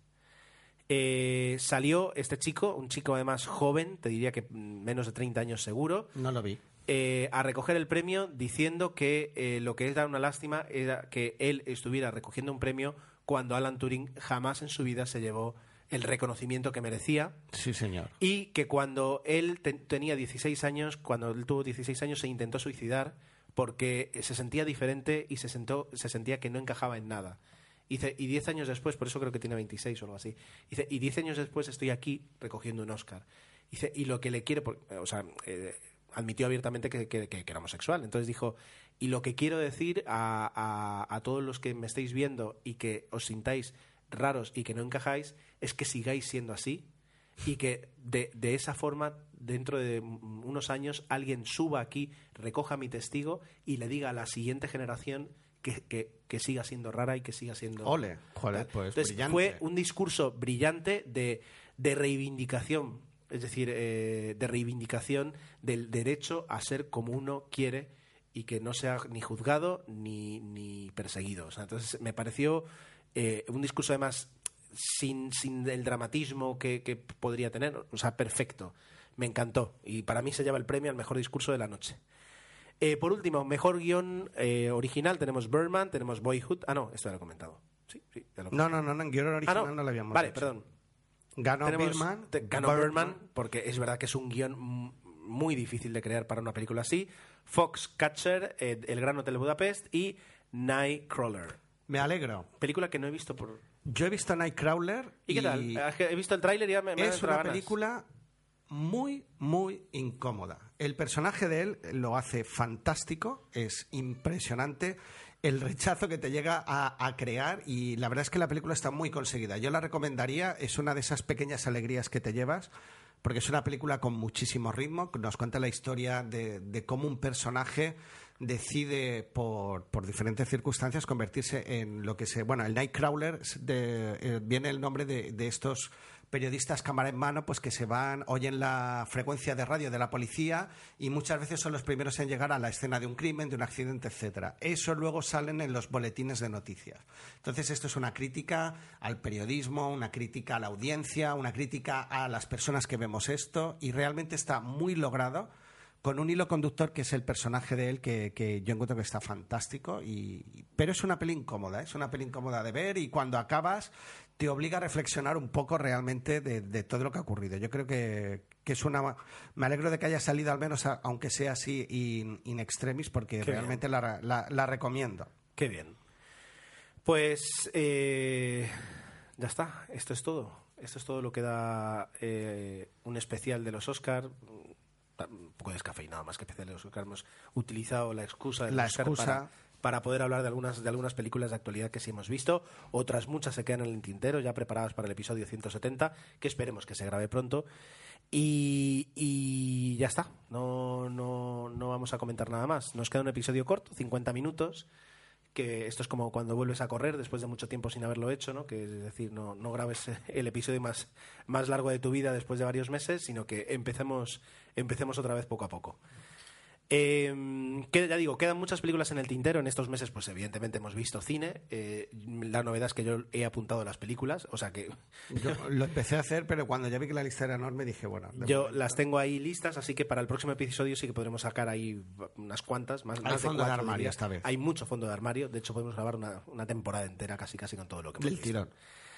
Eh, salió este chico, un chico además joven, te diría que mm, menos de treinta años seguro, No lo vi. eh, a recoger el premio diciendo que eh, lo que era una lástima era que él estuviera recogiendo un premio cuando Alan Turing jamás en su vida se llevó el reconocimiento que merecía. Sí, señor. Y que cuando él te- tenía dieciséis años, cuando él tuvo dieciséis años, se intentó suicidar porque se sentía diferente y se, sentó, se sentía que no encajaba en nada. Dice, y diez años después, por eso creo que tiene veintiséis o algo así, dice, y diez años después estoy aquí recogiendo un Oscar. Dice, y lo que le quiero, por- o sea, eh, admitió abiertamente que, que- que- que era homosexual. Entonces dijo, y lo que quiero decir a, a- a todos los que me estáis viendo y que os sintáis raros y que no encajáis, es que sigáis siendo así y que de, de esa forma, dentro de mm, unos años, alguien suba aquí, recoja mi testigo y le diga a la siguiente generación que, que, que siga siendo rara y que siga siendo... Ole, joder, pues Entonces, brillante. fue un discurso brillante de, de reivindicación, es decir, eh, de reivindicación del derecho a ser como uno quiere y que no sea ni juzgado ni, ni perseguido. O sea, entonces me pareció eh, un discurso además sin, sin el dramatismo que, que podría tener, o sea, perfecto. Me encantó y para mí se lleva el premio al mejor discurso de la noche. Eh, por último, mejor guión eh, original tenemos Birdman, tenemos Boyhood. Ah, no, esto ya lo he comentado. Sí, sí, ya lo he No, no, no, no, en guión Ah, original no. no, lo habíamos Vale, hecho. perdón. Ganó Tenemos- Birdman. te- ganó Birdman, porque es verdad que es un guión m- muy difícil de crear para una película así. Foxcatcher, eh, El Gran Hotel Budapest y Nightcrawler. Me alegro. Película que no he visto por... Yo he visto Nightcrawler. ¿Y qué tal? Es que he visto el tráiler y ya me, me han Es entrado una ganas. película muy, muy incómoda. El personaje de él lo hace fantástico, es impresionante el rechazo que te llega a, a crear y la verdad es que la película está muy conseguida. Yo la recomendaría, es una de esas pequeñas alegrías que te llevas porque es una película con muchísimo ritmo, nos cuenta la historia de, de cómo un personaje decide por, por diferentes circunstancias convertirse en lo que se... Bueno, el Nightcrawler de, eh, viene el nombre de, de estos periodistas cámara en mano, pues que se van, oyen la frecuencia de radio de la policía y muchas veces son los primeros en llegar a la escena de un crimen, de un accidente, etcétera. Eso luego salen en los boletines de noticias. Entonces esto es una crítica al periodismo, una crítica a la audiencia, una crítica a las personas que vemos esto, y realmente está muy logrado, con un hilo conductor que es el personaje de él, que, que yo encuentro que está fantástico. Y, pero es una peli incómoda, ¿eh? Es una peli incómoda de ver, y cuando acabas te obliga a reflexionar un poco realmente de, de todo lo que ha ocurrido. Yo creo que, que es una... Me alegro de que haya salido, al menos, a, aunque sea así, in, in extremis, porque Qué realmente la, la, la recomiendo. Qué bien. Pues eh, ya está, esto es todo. Esto es todo lo que da eh, un especial de los Oscar. Un poco descafeinado, más que especial de los Oscar. Hemos utilizado la excusa de los la Oscar excusa. Para, para poder hablar de algunas, de algunas películas de actualidad que sí hemos visto. Otras muchas se quedan en el tintero, ya preparadas para el episodio ciento setenta, que esperemos que se grabe pronto. Y, y ya está, no, no, no vamos a comentar nada más. Nos queda un episodio corto, cincuenta minutos, que esto es como cuando vuelves a correr después de mucho tiempo sin haberlo hecho, ¿no? Que es decir, no, no grabes el episodio más, más largo de tu vida después de varios meses, sino que empecemos, empecemos otra vez poco a poco. Eh, que, ya digo, quedan muchas películas en el tintero. En estos meses, pues evidentemente hemos visto cine. Eh, la novedad es que yo he apuntado las películas, o sea que... Yo lo empecé a hacer, pero cuando ya vi que la lista era enorme dije, bueno... Yo momento. Las tengo ahí listas, así que para el próximo episodio sí que podremos sacar ahí unas cuantas, más, Hay más de fondo cuatro, de armario diría. esta vez. Hay mucho fondo de armario, de hecho podemos grabar una, una temporada entera casi casi con todo lo que hemos Del visto. tirón.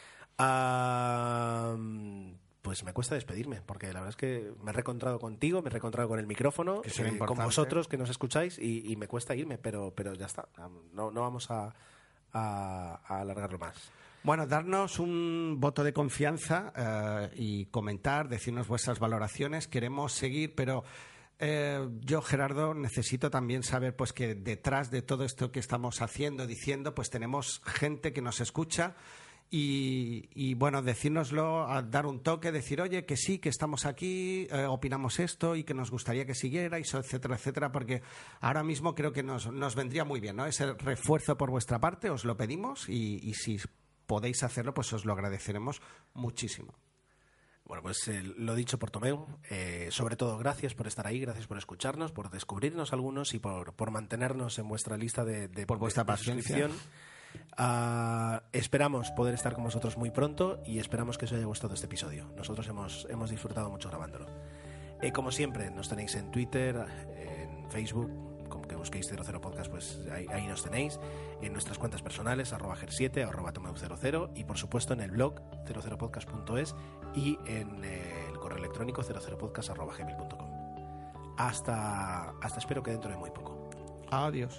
Uh, Pues me cuesta despedirme, porque la verdad es que me he reencontrado contigo, me he reencontrado con el micrófono, eh, con vosotros que nos escucháis, y, y me cuesta irme, pero, pero ya está. No, no vamos a, a, a alargarlo más. Bueno, darnos un voto de confianza eh, y comentar, decirnos vuestras valoraciones. Queremos seguir, pero eh, yo, Gerardo, necesito también saber pues que detrás de todo esto que estamos haciendo, diciendo, pues tenemos gente que nos escucha. Y, y bueno, decírnoslo, a dar un toque, decir, oye, que sí, que estamos aquí, eh, opinamos esto y que nos gustaría que siguierais, etcétera, etcétera, porque ahora mismo creo que nos, nos vendría muy bien, ¿no? Ese refuerzo por vuestra parte, os lo pedimos, y, y si podéis hacerlo, pues os lo agradeceremos muchísimo. Bueno, pues eh, lo dicho por Tomeu, eh, sobre todo gracias por estar ahí, gracias por escucharnos, por descubrirnos algunos y por, por mantenernos en vuestra lista de, de por vuestra de, de paciencia. Uh, esperamos poder estar con vosotros muy pronto y esperamos que os haya gustado este episodio. Nosotros hemos, hemos disfrutado mucho grabándolo. Eh, como siempre, nos tenéis en Twitter, en Facebook, como que busquéis cero cero Podcast, pues ahí, ahí nos tenéis. En nuestras cuentas personales, arroba ger siete, arroba tomeu cero cero, y por supuesto en el blog cero cero podcast punto es y en eh, el correo electrónico cero cero podcast arroba gmail punto com. Hasta, hasta espero que dentro de muy poco. Adiós.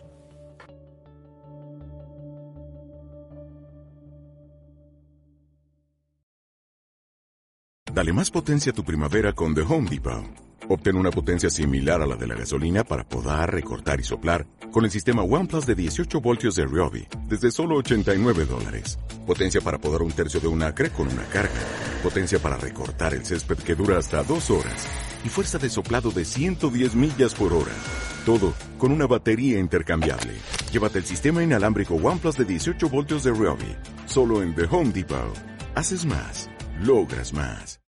Dale más potencia a tu primavera con The Home Depot. Obtén una potencia similar a la de la gasolina para podar, recortar y soplar con el sistema OnePlus de dieciocho voltios de Ryobi desde solo ochenta y nueve dólares. Potencia para podar un tercio de un acre con una carga. Potencia para recortar el césped que dura hasta dos horas. Y fuerza de soplado de ciento diez millas por hora. Todo con una batería intercambiable. Llévate el sistema inalámbrico OnePlus de dieciocho voltios de Ryobi. Solo en The Home Depot. Haces más. Logras más.